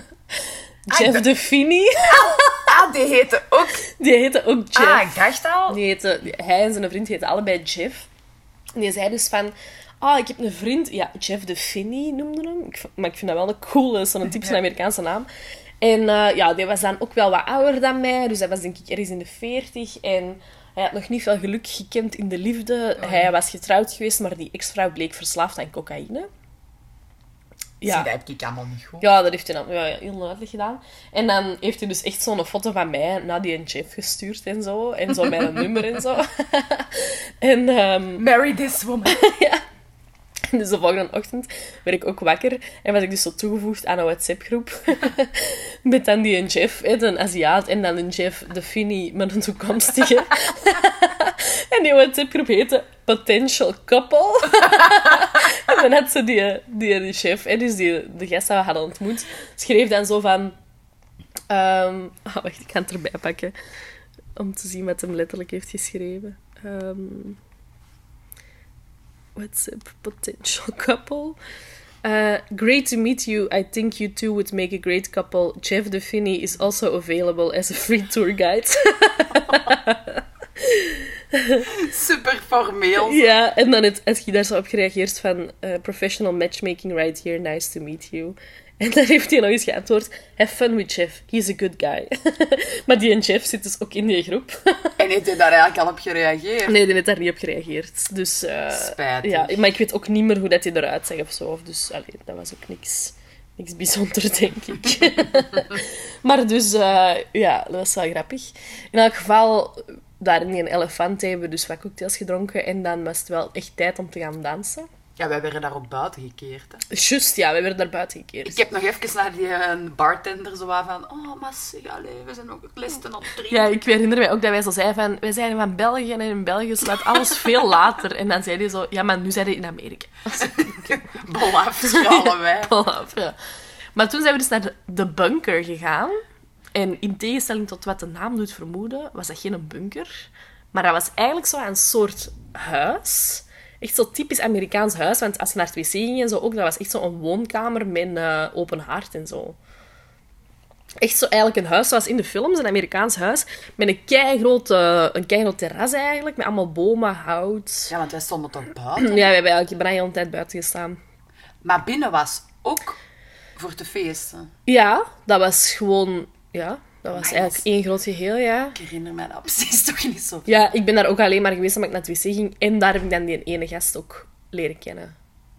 Jeff de Finney. Die heette ook... Die heette ook Jeff. Ik dacht al. Hij en zijn vriend heten allebei Jeff. En die zei dus van... ik heb een vriend... Ja, Jeff de Finney noemde hem. Maar ik vind dat wel een coole, zo'n typische Amerikaanse naam. En die was dan ook wel wat ouder dan mij. Dus hij was denk ik ergens in de 40. En hij had nog niet veel geluk gekend in de liefde. Hij was getrouwd geweest, maar die ex-vrouw bleek verslaafd aan cocaïne. Ja. Zie, dat heb ik allemaal niet goed. Ja, dat heeft hij dan heel duidelijk gedaan. En dan heeft hij dus echt zo'n foto van mij naar die Jeff gestuurd en zo. En zo met een nummer en zo. En, marry this woman. Ja. Dus de volgende ochtend werd ik ook wakker en was ik dus zo toegevoegd aan een WhatsApp-groep. Met dan die een Jeff, een Aziat, en dan een Jeff de Finney met een toekomstige. En die WhatsApp-groep heette Potential Couple. En dan had ze die chef, dus de gast die we hadden ontmoet, schreef dan zo van... wacht, ik ga het erbij pakken. Om te zien wat hem letterlijk heeft geschreven. WhatsApp potential couple. Great to meet you. I think you two would make a great couple. Jeff de Finney is also available as a free tour guide. Super formeel. Ja, en dan had je daar zo op gereageerd van professional matchmaking right here. Nice to meet you. En dan heeft hij nog eens geantwoord... Have fun with Jeff. He's a good guy. Maar die en Jeff zit dus ook in die groep. En heeft hij daar eigenlijk al op gereageerd? Nee, die heeft daar niet op gereageerd. Dus, spijtig. Ja, maar ik weet ook niet meer hoe dat hij eruit zag of zo. Dus dat was ook niks bijzonder, denk ik. Maar dus, dat was wel grappig. In elk geval, daar in die elefant hebben we dus wat cocktails gedronken. En dan was het wel echt tijd om te gaan dansen. Ja, wij werden daar ook buiten gekeerd. Hè. Juist, ja, wij werden daar buiten gekeerd. Ik heb nog even naar die bartender zo van... Oh, maar zeg, we zijn ook listen op 3. Ja, ik herinner mij ook dat wij zo zeiden van... Wij zijn van België en in België slaat alles veel later. En dan zei hij zo... Ja, maar nu zijn we in Amerika. Bol af, schallen wij. Bol af, ja. Maar toen zijn we dus naar de bunker gegaan. En in tegenstelling tot wat de naam doet vermoeden, was dat geen bunker. Maar dat was eigenlijk zo een soort huis... Echt zo typisch Amerikaans huis, want als je naar het wc ging en zo ook, dat was echt zo'n woonkamer met een open haard en zo. Echt zo eigenlijk een huis zoals in de films, een Amerikaans huis, met een keigroot terras eigenlijk, met allemaal bomen, hout. Ja, want wij stonden toch buiten? Ja, we hebben eigenlijk bijna de hele tijd buiten gestaan. Maar binnen was ook voor te feesten? Ja, dat was gewoon... Ja, dat was eigenlijk één groot geheel, ja. Ik herinner me dat precies toch niet zo. Ja, ik ben daar ook alleen maar geweest omdat ik naar het wc ging. En daar heb ik dan die ene gast ook leren kennen.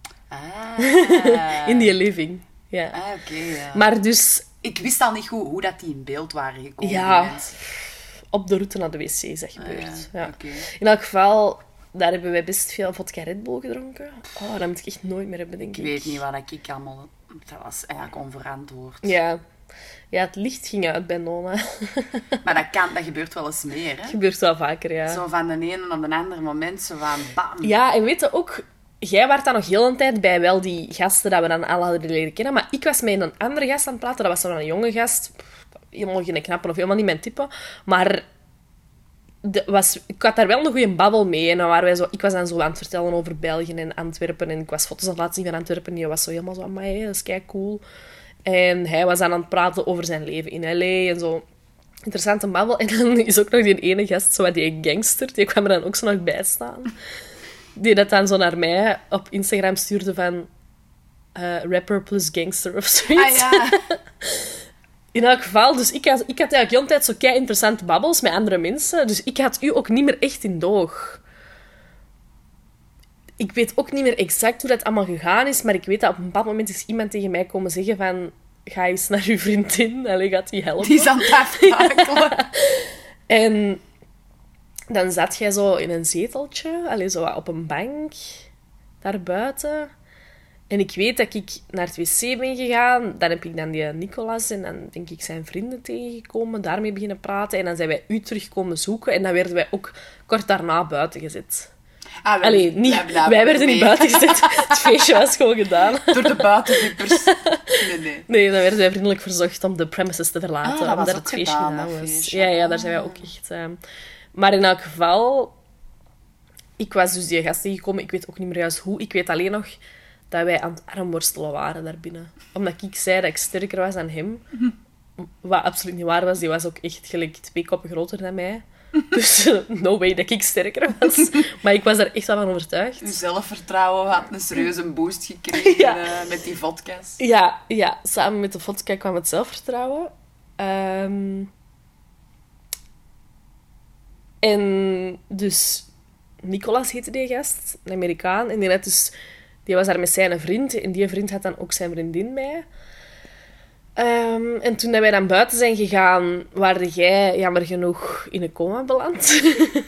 In die living, ja. Oké, ja. Maar dus... Ik wist al niet goed hoe dat die in beeld waren gekomen. Ja, op de route naar de wc is dat gebeurd. Ja. Okay. In elk geval, daar hebben wij best veel vodka Red Bull gedronken. Oh, dat moet ik echt nooit meer hebben, denk ik. Ik weet niet wat ik allemaal... Dat was eigenlijk onverantwoord. Ja, het licht ging uit bij Nona. Maar dat gebeurt wel eens meer, hè? Dat gebeurt wel vaker, ja. Zo van de ene op de andere moment, zo van bam. Ja, en weet je ook... Jij was dan nog heel een tijd bij wel die gasten dat we dan al hadden leren kennen. Maar ik was met een andere gast aan het praten. Dat was dan een jonge gast. Helemaal geen knappe of helemaal niet mijn type. Maar ik had daar wel een goede babbel mee. En dan waren wij zo, ik was dan zo aan het vertellen over België en Antwerpen. En ik was foto's aan het laten zien van Antwerpen. En die was zo helemaal zo, amai, dat is kei cool. En hij was dan aan het praten over zijn leven in L.A. en zo. Interessante babbel. En dan is ook nog die ene gast, zo die gangster. Die kwam er dan ook zo nog bij staan. Die dat dan zo naar mij op Instagram stuurde van... rapper plus gangster of zoiets. Ah, ja. In elk geval, dus ik had eigenlijk de hele tijd zo kei interessante babbels met andere mensen. Dus ik had u ook niet meer echt in doog. Ik weet ook niet meer exact hoe dat allemaal gegaan is, maar ik weet dat op een bepaald moment is iemand tegen mij komen zeggen van... Ga eens naar uw vriendin. Allee, gaat die helpen? Die is aan het aftakelen. En dan zat jij zo in een zeteltje, allee, zo op een bank, daarbuiten. En ik weet dat ik naar het wc ben gegaan. Dan heb ik dan die Nicolas en dan denk ik zijn vrienden tegengekomen. Daarmee beginnen praten. En dan zijn wij u terug komen zoeken. En dan werden wij ook kort daarna buiten gezet. Wij werden niet buiten gezet. Het feestje was gewoon gedaan. Door de buitenwippers. Nee, dan werden wij vriendelijk verzocht om de premises te verlaten. Omdat het feestje gedaan was. Ja, daar zijn wij ook echt... Maar in elk geval... Ik was dus die gast tegengekomen. Ik weet ook niet meer juist hoe. Ik weet alleen nog dat wij aan het armworstelen waren daarbinnen. Omdat ik zei dat ik sterker was dan hem. Wat absoluut niet waar was. Die was ook echt gelijk 2 koppen groter dan mij. Dus no way dat ik sterker was. Maar ik was daar echt wel van overtuigd. Je zelfvertrouwen had een serieuze boost gekregen met die vodka's. Ja, samen met de vodka kwam het zelfvertrouwen. En dus Nicolas heette die gast, een Amerikaan. En die was daar met zijn vriend. En die vriend had dan ook zijn vriendin bij. En toen wij dan buiten zijn gegaan, waren jij jammer genoeg in een coma beland.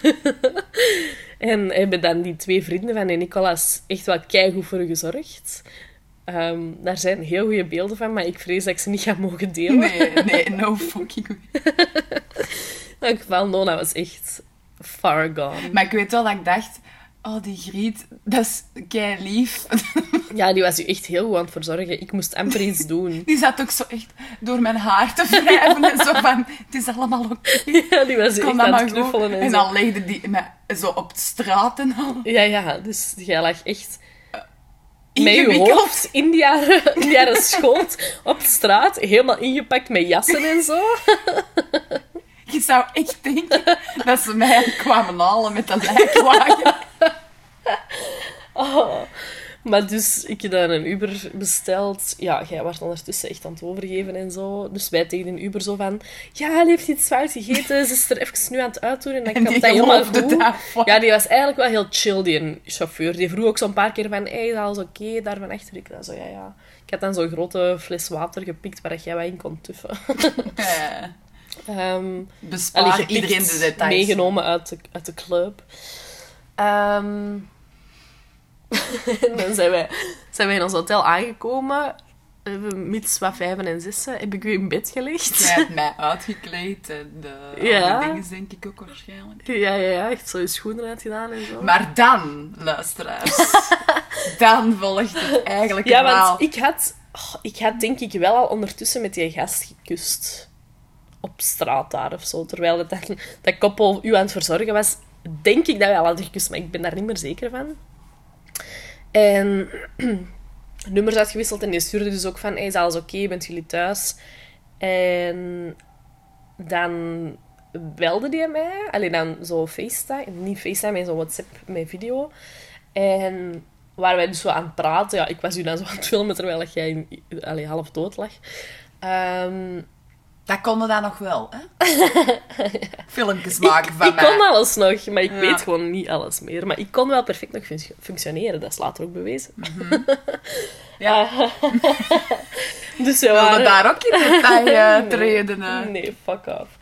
En hebben dan die 2 vrienden van Nicolas echt wel keigoed voor gezorgd. Daar zijn heel goede beelden van, maar ik vrees dat ik ze niet ga mogen delen. Nee, no fucking way. In elk geval, Nona was echt far gone. Maar ik weet wel dat ik dacht... Oh, die Griet, dat is kei lief. Ja, die was u echt heel goed aan het verzorgen. Ik moest amper iets doen. Die zat ook zo echt door mijn haar te wrijven en zo van... Het is allemaal oké. Ja, die was echt aan het knuffelen en dan legde die me zo op de straat en al. Ja, dus jij lag echt... met je hoofd in die jaren schoot op de straat, helemaal ingepakt met jassen en zo. Je zou echt denken dat ze mij kwamen halen met een lijkwagen. Oh. Maar dus, ik heb dan een Uber besteld. Ja, jij was ondertussen echt aan het overgeven en zo. Dus wij tegen een Uber zo van... Ja, hij heeft iets fout gegeten. Ze is er even nu aan het uitdoen. En dan komt dat helemaal goed. Ja, die was eigenlijk wel heel chill, die chauffeur. Die vroeg ook zo'n paar keer van... Hey, is alles oké? Daar van achter. Ik dacht zo, ja. Ik had dan zo'n grote fles water gepikt waar jij wat in kon tuffen. Bespaar iedereen de details. Meegenomen uit de club. En dan zijn wij in ons hotel aangekomen. Mits wat 5 en 6 heb ik u in bed gelegd. Jij hebt mij uitgekleed en de dingen denk ik ook waarschijnlijk. Ja, echt zo je schoenen uitgedaan en zo. Maar dan, luisteraars, dan volgt het eigenlijk want ik had denk ik wel al ondertussen met die gast gekust. Op straat daar of zo. Terwijl dat koppel u aan het verzorgen was, denk ik dat wij al hadden gekust, maar ik ben daar niet meer zeker van. En nummers uitgewisseld en die stuurde dus ook van, hey, is alles oké? Bent jullie thuis? En dan belde die mij. Alleen dan zo FaceTime. Niet FaceTime, maar zo WhatsApp met video. En waren wij dus zo aan het praten. Ja, ik was u dan zo aan het filmen terwijl jij half dood lag. Dat konden dan nog wel, hè? Filmpjes maken van mij. Ik kon alles nog, maar ik weet gewoon niet alles meer. Maar ik kon wel perfect nog functioneren. Dat is later ook bewezen. Mm-hmm. Ja. Dus we wilden daar ook in detail treden. Nee, fuck off.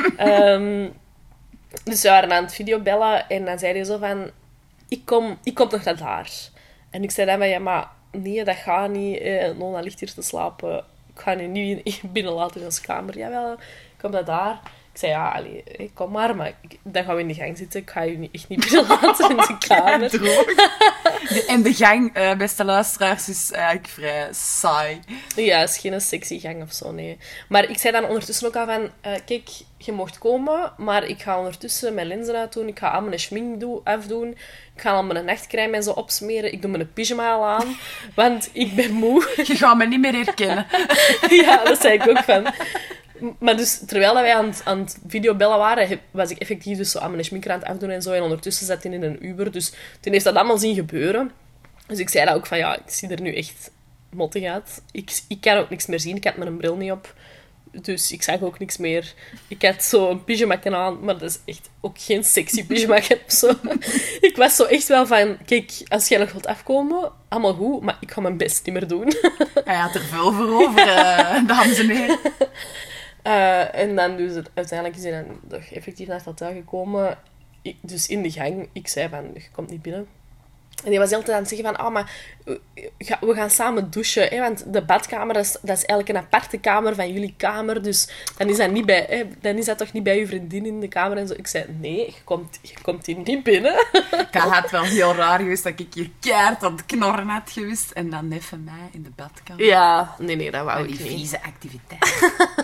Dus we waren aan het videobellen en dan zei hij zo van... Ik kom nog naar daar. En ik zei dan van, ja, maar nee, dat gaat niet. Nona ligt hier te slapen. Ik ga nu niet binnenlaten in onze kamer. Jawel, kom dat daar. Ik zei, ja, kom maar dan gaan we in de gang zitten. Ik ga je echt niet binnenlaten in de kamer. En de gang, beste luisteraars, is eigenlijk vrij saai. Ja, het is geen sexy gang of zo, nee. Maar ik zei dan ondertussen ook al van... kijk, je mocht komen, maar ik ga ondertussen mijn lenzen uitdoen. Ik ga al mijn schmink afdoen. Ik ga al mijn nachtcrème en zo opsmeren. Ik doe mijn pyjama al aan, want ik ben moe. Je gaat me niet meer herkennen. Ja, dat zei ik ook van... Maar dus, terwijl wij aan het videobellen waren, was ik effectief dus zo aan mijn schminker aan het afdoen en zo. En ondertussen zat hij in een Uber. Dus toen heeft dat allemaal zien gebeuren. Dus ik zei dat ook van, ja, ik zie er nu echt mottig uit. Ik kan ook niks meer zien. Ik had mijn bril niet op. Dus ik zag ook niks meer. Ik had zo'n pyjama aan, maar dat is echt ook geen sexy pyjama of zo. Ik was zo echt wel van, kijk, als jij nog wilt afkomen, allemaal goed, maar ik ga mijn best niet meer doen. Hij had er veel voor over, dames en heren. En dan dus uiteindelijk is hij dan toch effectief naar het hotel gekomen. Dus in de gang, ik zei van, je komt niet binnen. En die was altijd aan het zeggen van, maar we gaan samen douchen. Hè? Want de badkamer, dat is eigenlijk een aparte kamer van jullie kamer. Dus dan is dat, niet bij, hè? Dan is dat toch niet bij je vriendin in de kamer en zo. Ik zei, nee, je komt hier niet binnen. Dat had wel heel raar geweest dat ik hier keihard aan het knorren had geweest. En dan even mij in de badkamer. Ja, nee, dat wou ik niet. Die vieze activiteit.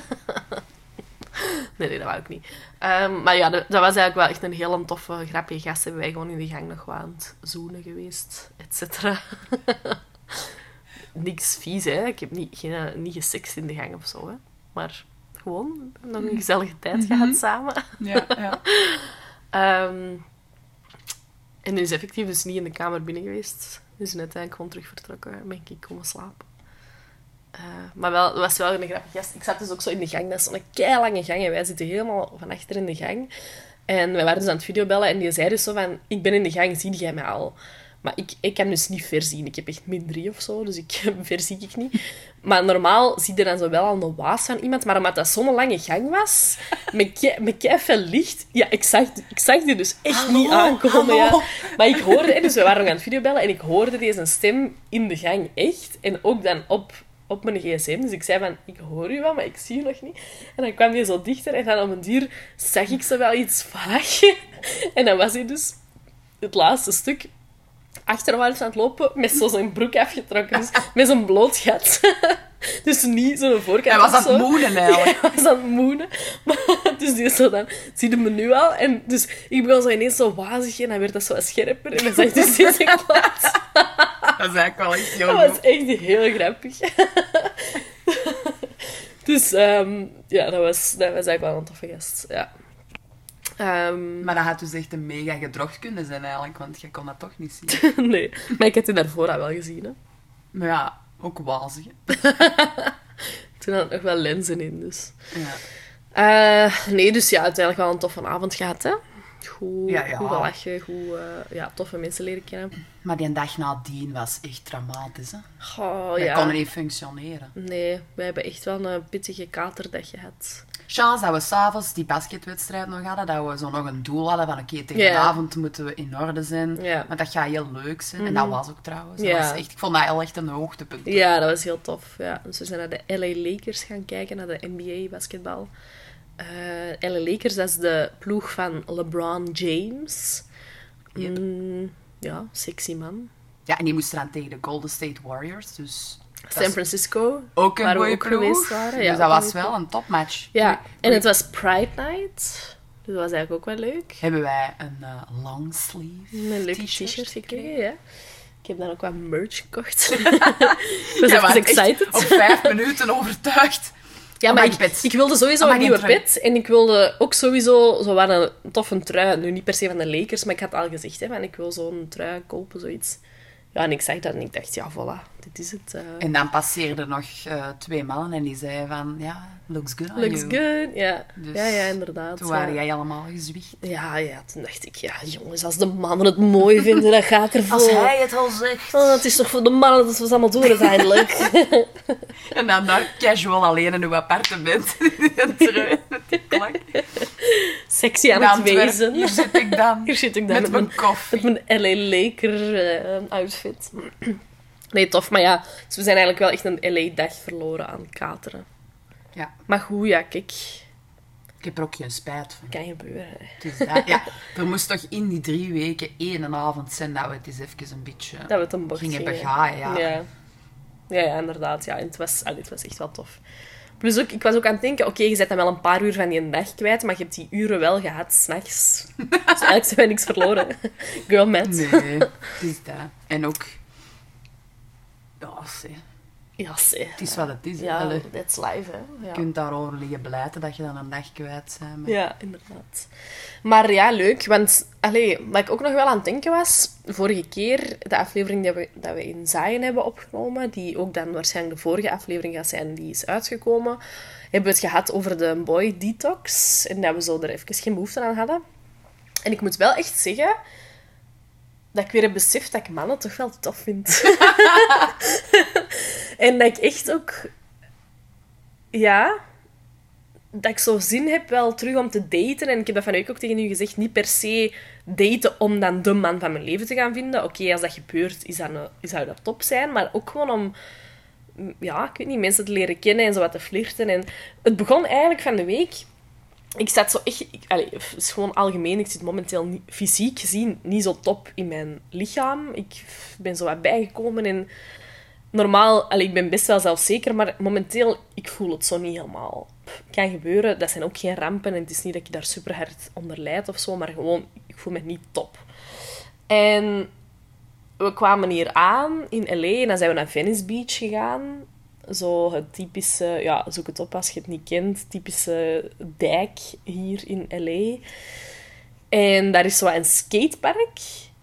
Nee, dat wou ik niet. Maar ja, dat was eigenlijk wel echt een heel toffe, grappige gast. Hebben wij gewoon in de gang nog wat aan het zoenen geweest, et cetera. Niks vies, hè. Ik heb niet gesext in de gang of zo, hè. Maar gewoon nog een gezellige tijd gehad samen. Ja. En nu is effectief dus niet in de kamer binnen geweest. Dus uiteindelijk gewoon terug vertrokken. Ben ik komen slapen. Maar dat was wel een grappige gast. Ik zat dus ook zo in de gang. Dat is zo'n keilange gang. En wij zitten helemaal van achter in de gang. En wij waren dus aan het videobellen. En die zei dus zo van... Ik ben in de gang, zie jij mij al? Maar ik kan dus niet verzien. Ik heb echt -3 of zo. Dus verzie ik niet. Maar normaal zie je dan zo wel al een waas van iemand. Maar omdat dat zo'n lange gang was... Met keiveel licht... Ja, ik zag die dus echt niet aankomen. Ja. Maar ik hoorde... Dus we waren nog aan het videobellen. En ik hoorde deze stem in de gang echt. En ook dan op mijn gsm. Dus ik zei van, ik hoor u wel, maar ik zie u nog niet. En dan kwam hij zo dichter en dan op een duur zag ik ze wel iets vaag. En dan was hij dus het laatste stuk achterwaarts aan het lopen met zo'n broek afgetrokken. Dus met zo'n bloot gat. Dus niet zo'n voorkant. Hij was aan het moenen eigenlijk. Ja, hij was aan het moenen. Dus die is zo dan, zie je me nu al? En dus ik begon zo ineens zo wazig en dan werd dat zo wat scherper. En dan zag dus deze kwart. Dat is eigenlijk wel echt heel Dat was echt heel grappig. Dus ja, dat was eigenlijk wel een toffe gast. Ja. Maar dat had dus echt een mega gedrocht kunnen zijn eigenlijk, want je kon dat toch niet zien. Nee, maar ik had die daarvoor al wel gezien. Hè. Maar ja, ook wazig. Toen had ik nog wel lenzen in, dus. Ja. Nee, dus ja, uiteindelijk wel een toffe avond gehad, hè. Goed gelachen, toffe mensen leren kennen. Maar die dag nadien was echt dramatisch, hè? Oh, we konden niet functioneren. Nee, wij hebben echt wel een pittige katerdag gehad. Chance dat we s'avonds die basketwedstrijd nog hadden, dat we zo nog een doel hadden van oké, tegen de avond moeten we in orde zijn. Ja. Want dat gaat heel leuk zijn. En dat was ook trouwens. Ja. Dat was echt, ik vond dat heel echt een hoogtepunt. Ja, dat was heel tof. Ja. Dus we zijn naar de LA Lakers gaan kijken, naar de NBA basketbal. LA Lakers, dat is de ploeg van LeBron James. Yep. Ja, sexy man. Ja, en die moesten dan tegen de Golden State Warriors, dus... San Francisco, ook een waar we mooie ook ploeg. geweest waren. Ja, dus dat was wel een topmatch. Ja, en het was Pride Night. Dus dat was eigenlijk ook wel leuk. Hebben wij een long sleeve een leuke t-shirt gekregen, ja. Ik heb dan ook wat merch gekocht. Ik was even excited. Op 5 minuten overtuigd. Ja, maar ik wilde sowieso een nieuwe pet. En ik wilde ook sowieso zo een toffe trui. Nu niet per se van de Lakers, maar ik had al gezegd, hè, van ik wil zo'n trui kopen, zoiets. Ja, en ik zag dat en ik dacht, ja, voilà, dit is het. En dan passeerden nog 2 mannen en die zeiden van, ja, looks good on you. Looks good, ja. Dus ja, inderdaad. Toen waren jij allemaal gezwicht. Ja, toen dacht ik, ja, jongens, als de mannen het mooi vinden, dan ga ik ervoor. Als hij het al zegt. Oh, het is toch voor de mannen dat we het allemaal doen, uiteindelijk. En dan daar casual alleen in uw appartement. Met die klak. Sexy aan het wezen. Hier zit ik dan. Met mijn koffie. Met mijn LA Laker outfit. Nee, tof. Maar ja, dus we zijn eigenlijk wel echt een LA-dag verloren aan kateren. Ja. Maar goed, ja, kijk. Ik heb er ook geen spijt van. Kan gebeuren. Dus dat, ja, er moest toch in die 3 weken 1 avond zijn dat we het eens even een beetje dat we het een bocht gingen begaaien. Ja, inderdaad. Ja. En het was echt wel tof. Plus ook, ik was ook aan het denken, oké, je bent dan wel een paar uur van die dag kwijt, maar je hebt die uren wel gehad, 's nachts. Dus eigenlijk zijn we niks verloren. Girl met. Nee, het is dat. En ook... Ja, Ja, zeg. Het is wat het is. Ja, that's live, hè. Ja. Je kunt daarover liggen blijten dat je dan een dag kwijt bent. Maar... Ja, inderdaad. Maar ja, leuk. Want wat ik ook nog wel aan het denken was... Vorige keer, de aflevering dat we in Zaaien hebben opgenomen... die ook dan waarschijnlijk de vorige aflevering gaat zijn... die is uitgekomen... hebben we het gehad over de boy detox. En dat we zo er even geen behoefte aan hadden. En ik moet wel echt zeggen... dat ik weer heb beseft dat ik mannen toch wel tof vind. En dat ik echt ook... Ja... dat ik zo zin heb wel terug om te daten. En ik heb dat van u ook tegen u gezegd. Niet per se daten om dan de man van mijn leven te gaan vinden. Oké, als dat gebeurt, zou dat top zijn. Maar ook gewoon om... Ja, ik weet niet, mensen te leren kennen en zo wat te flirten. En het begon eigenlijk van de week... Ik zat zo echt... het is gewoon algemeen. Ik zit momenteel fysiek gezien niet zo top in mijn lichaam. Ik ben zo wat bijgekomen en... Normaal, ik ben best wel zelfzeker, maar momenteel, ik voel het zo niet helemaal. Kan gebeuren, dat zijn ook geen rampen en het is niet dat ik daar super hard onder lijd of zo, maar gewoon, ik voel me niet top. En we kwamen hier aan in L.A. en dan zijn we naar Venice Beach gegaan. Zo het typische, ja, zoek het op als je het niet kent, typische dijk hier in L.A. En daar is zo een skatepark.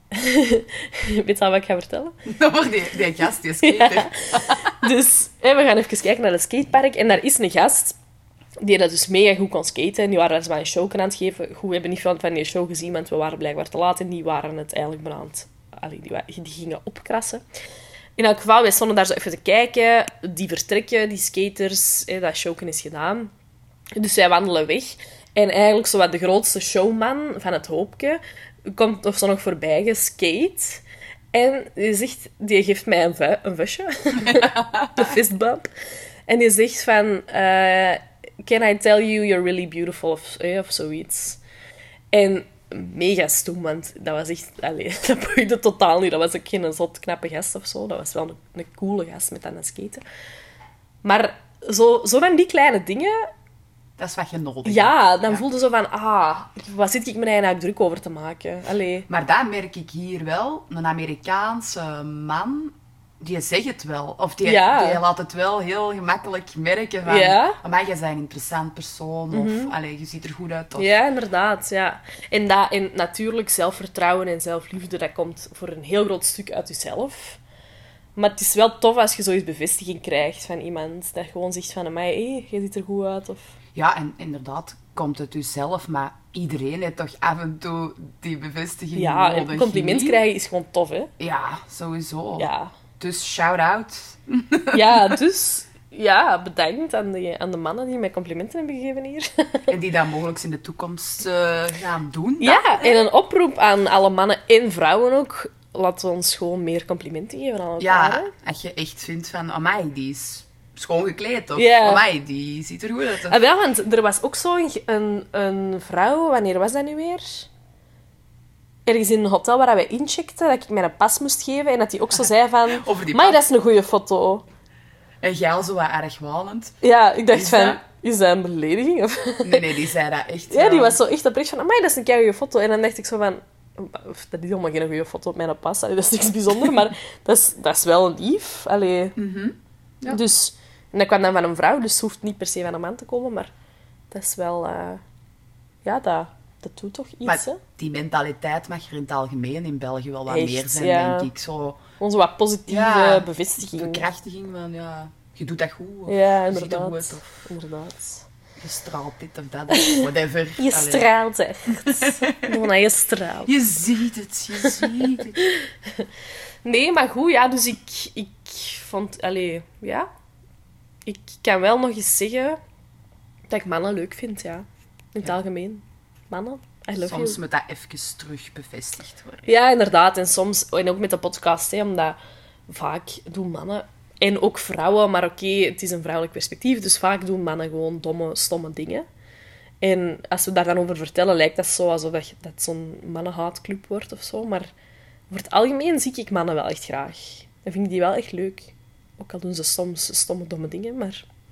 Weet je al wat ik ga vertellen? Over die gast, die skater. Ja. Dus we gaan even kijken naar het skatepark. En daar is een gast die dat dus mega goed kon skaten. En die waren daar maar een show aan het geven. Goed, we hebben niet veel van die show gezien, want we waren blijkbaar te laat. En die waren het eigenlijk benaamd. Die gingen opkrassen. In elk geval, wij stonden daar zo even te kijken. Die vertrekken, die skaters. Dat showken is gedaan. Dus wij wandelen weg. En eigenlijk zo wat de grootste showman van het hoopje... komt of zo nog voorbij geskate. En die geeft mij een vusje. Een fistbump. En die zegt van... can I tell you you're really beautiful? Of zoiets. En mega stoem, want dat was echt... dat boeide totaal niet. Dat was ook geen zot knappe gast of zo. Dat was wel een coole gast met aan het skaten. Maar zo van die kleine dingen... Dat is wat je nodig hebt. Ja, dan voelde zo van... wat zit ik me eigenlijk druk over te maken? Allee. Maar dat merk ik hier wel. Een Amerikaanse man... Die zegt het wel. Of die laat het wel heel gemakkelijk merken van... Ja. Maar jij bent een interessant persoon. Of je ziet er goed uit. Of... Ja, inderdaad. Ja. En natuurlijk zelfvertrouwen en zelfliefde, dat komt voor een heel groot stuk uit jezelf. Maar het is wel tof als je zoiets bevestiging krijgt van iemand. Dat gewoon zegt van... Amai, jij ziet er goed uit. Of... Ja, en inderdaad komt het dus zelf. Maar iedereen heeft toch af en toe die bevestiging nodig. Ja, een compliment krijgen is gewoon tof, hè? Ja, sowieso. Ja. Dus shout-out. Ja, dus... Ja, bedankt aan de mannen die mij complimenten hebben gegeven hier. En die dat mogelijk in de toekomst gaan doen. Ja, en een oproep aan alle mannen en vrouwen ook. Laten we ons gewoon meer complimenten geven aan elkaar. Ja, als je echt vindt van... Amai, die is schoon gekleed. Of amai, die ziet er goed uit. Ah, wel, want er was ook zo een vrouw... Wanneer was dat nu weer? Ergens in een hotel waar wij incheckten, dat ik mij een pas moest geven. En dat die ook zo zei van... Maar dat is een goede foto. En jij al zo wat argwanend. Ja, ik dacht van... Is dat een belediging? Of... Nee, die zei dat echt. Ja, die was zo echt oprecht van... Amai, dat is een keigoede foto. En dan dacht ik zo van... Dat is helemaal geen goede foto op mijn pas. Allee, dat is niks bijzonders, maar dat is wel een lief. Allee. Ja. Dus... En dat kwam dan van een vrouw, dus het hoeft niet per se van een man te komen, maar dat is wel... ja, dat doet toch iets, maar hè? Die mentaliteit mag er in het algemeen in België wel wat meer zijn, denk ik. Zo... Onze wat positieve bevestiging. Bekrachtiging van, je doet dat goed. Of ja, je ziet er inderdaad. goed, of inderdaad. je straalt dit of dat, of whatever. Je straalt echt. Je straalt. Je ziet het, je ziet het. Nee, maar goed, ja, dus ik vond... ja... Ik kan wel nog eens zeggen dat ik mannen leuk vind, ja. In het algemeen. Mannen, I love Soms you. moet dat even terug bevestigd worden. Ja, inderdaad. En soms... En ook met de podcast, hè, omdat vaak doen mannen... En ook vrouwen, maar oké, het is een vrouwelijk perspectief, dus vaak doen mannen gewoon domme, stomme dingen. En als we daar dan over vertellen, lijkt dat zo alsof dat zo'n mannenhaatclub wordt of zo. Maar over het algemeen zie ik mannen wel echt graag. En vind ik die wel echt leuk. Ook al doen ze soms stomme, domme dingen, maar...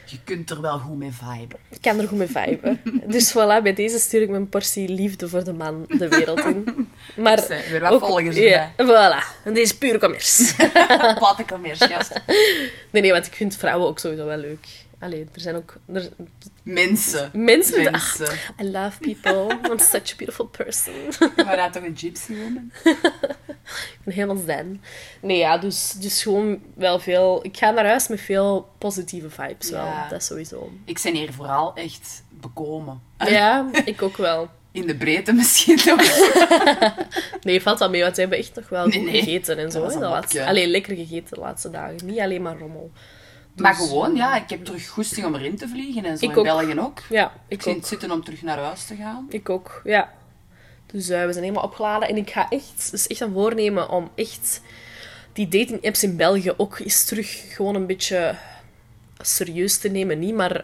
Je kunt er wel goed mee viben. Ik kan er goed mee viben. Dus voilà, bij deze stuur ik mijn portie liefde voor de man de wereld in. Maar weer wat volgers erbij. Voilà, en deze is pure commerce. Platte commerce, gast. Nee, want ik vind vrouwen ook sowieso wel leuk. Allee, er zijn ook... Mensen. I love people. I'm such a beautiful person. Maar dat toch een gypsy woman? Ik ben helemaal zen. Nee, ja, dus gewoon wel veel... Ik ga naar huis met veel positieve vibes wel. Dat is sowieso. Ik ben hier vooral echt bekomen. Ja, ik ook wel. In de breedte misschien nog. Nee, valt wel mee, want we hebben echt nog wel goed gegeten en zo. Alleen lekker gegeten de laatste dagen. Niet alleen maar rommel. Dus... Maar gewoon, ik heb terug goesting om erin te vliegen en zo. In België ook. Ja, ik zie het zitten om terug naar huis te gaan. Ik ook, ja. Dus we zijn helemaal opgeladen. En ik ga echt een voornemen om echt die dating apps in België ook eens terug gewoon een beetje serieus te nemen. Niet, maar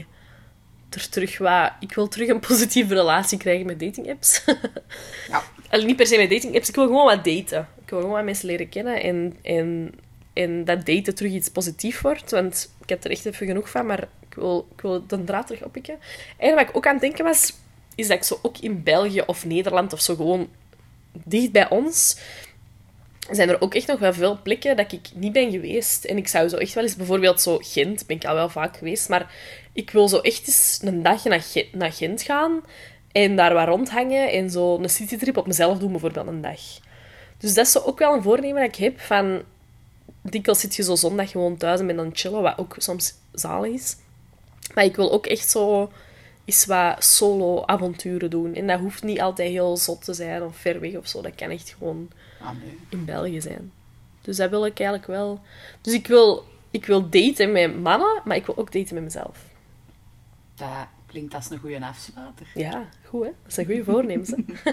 ik wil terug een positieve relatie krijgen met dating apps. Ja. Niet per se met dating apps, ik wil gewoon wat daten. Ik wil gewoon wat mensen leren kennen en dat daten terug iets positiefs wordt. Want ik heb er echt even genoeg van, maar ik wil de draad terug oppikken. En wat ik ook aan het denken was, is dat ik zo ook in België of Nederland of zo gewoon dicht bij ons, zijn er ook echt nog wel veel plekken dat ik niet ben geweest. En ik zou zo echt wel eens, bijvoorbeeld zo Gent, ben ik al wel vaak geweest, maar ik wil zo echt eens een dagje naar Gent gaan en daar wat rondhangen en zo een citytrip op mezelf doen, bijvoorbeeld een dag. Dus dat is zo ook wel een voornemen dat ik heb van... Dikwijls zit je zo zondag gewoon thuis en ben dan chillen, wat ook soms zalig is. Maar ik wil ook echt zo eens wat solo-avonturen doen. En dat hoeft niet altijd heel zot te zijn of ver weg of zo. Dat kan echt gewoon in België zijn. Dus dat wil ik eigenlijk wel. Dus ik wil daten met mannen, maar ik wil ook daten met mezelf. Dat klinkt als een goede afsluiter. Ja, goed hè. Dat is een goede voornemens.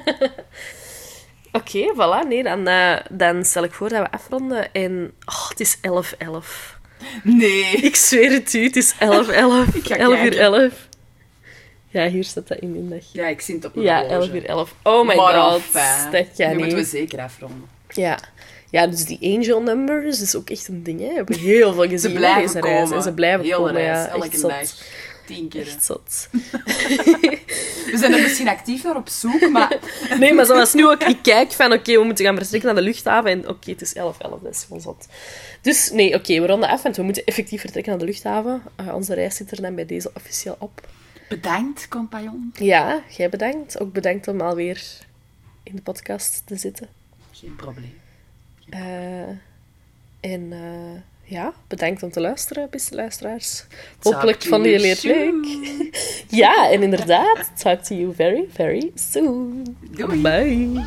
Oké, voilà. Nee, dan stel ik voor dat we afronden. En het is 11:11. Nee. Ik zweer het u, het is 11:11. 11:11. Ja, hier staat dat in de dag. Ja, ik zie het op mijn horloge. Ja, 11:11. Oh my god. Nu moeten we zeker afronden. Ja. Ja, dus die angel numbers is ook echt een ding, hè. We hebben heel veel gezien. Ze blijven komen. En ze blijven komen, reis, elke dag. 10 keer. Echt zot. We zijn er misschien actief naar op zoek, maar... Nee, maar zoals nu ook, ik kijk van, oké, we moeten gaan vertrekken naar de luchthaven en oké, het is 11:11, dat is gewoon zot. Dus nee, oké, we ronden af, want we moeten effectief vertrekken naar de luchthaven. Onze reis zit er dan bij deze officieel op. Bedankt, compagnon. Ja, jij bedankt. Ook bedankt om alweer in de podcast te zitten. Geen probleem. Ja, bedankt om te luisteren, beste luisteraars. Hopelijk vonden jullie het leuk. Ja, en inderdaad, talk to you very, very soon. Doei. Bye.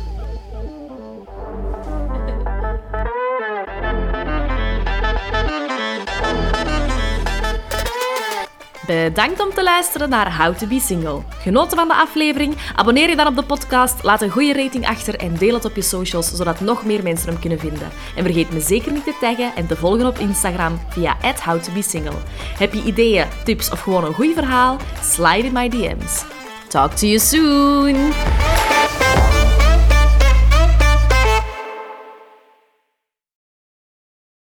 Bedankt om te luisteren naar How to be Single. Genoten van de aflevering? Abonneer je dan op de podcast, laat een goede rating achter en deel het op je socials, zodat nog meer mensen hem kunnen vinden. En vergeet me zeker niet te taggen en te volgen op Instagram via @howtobesingle. Heb je ideeën, tips of gewoon een goed verhaal? Slide in my DM's. Talk to you soon!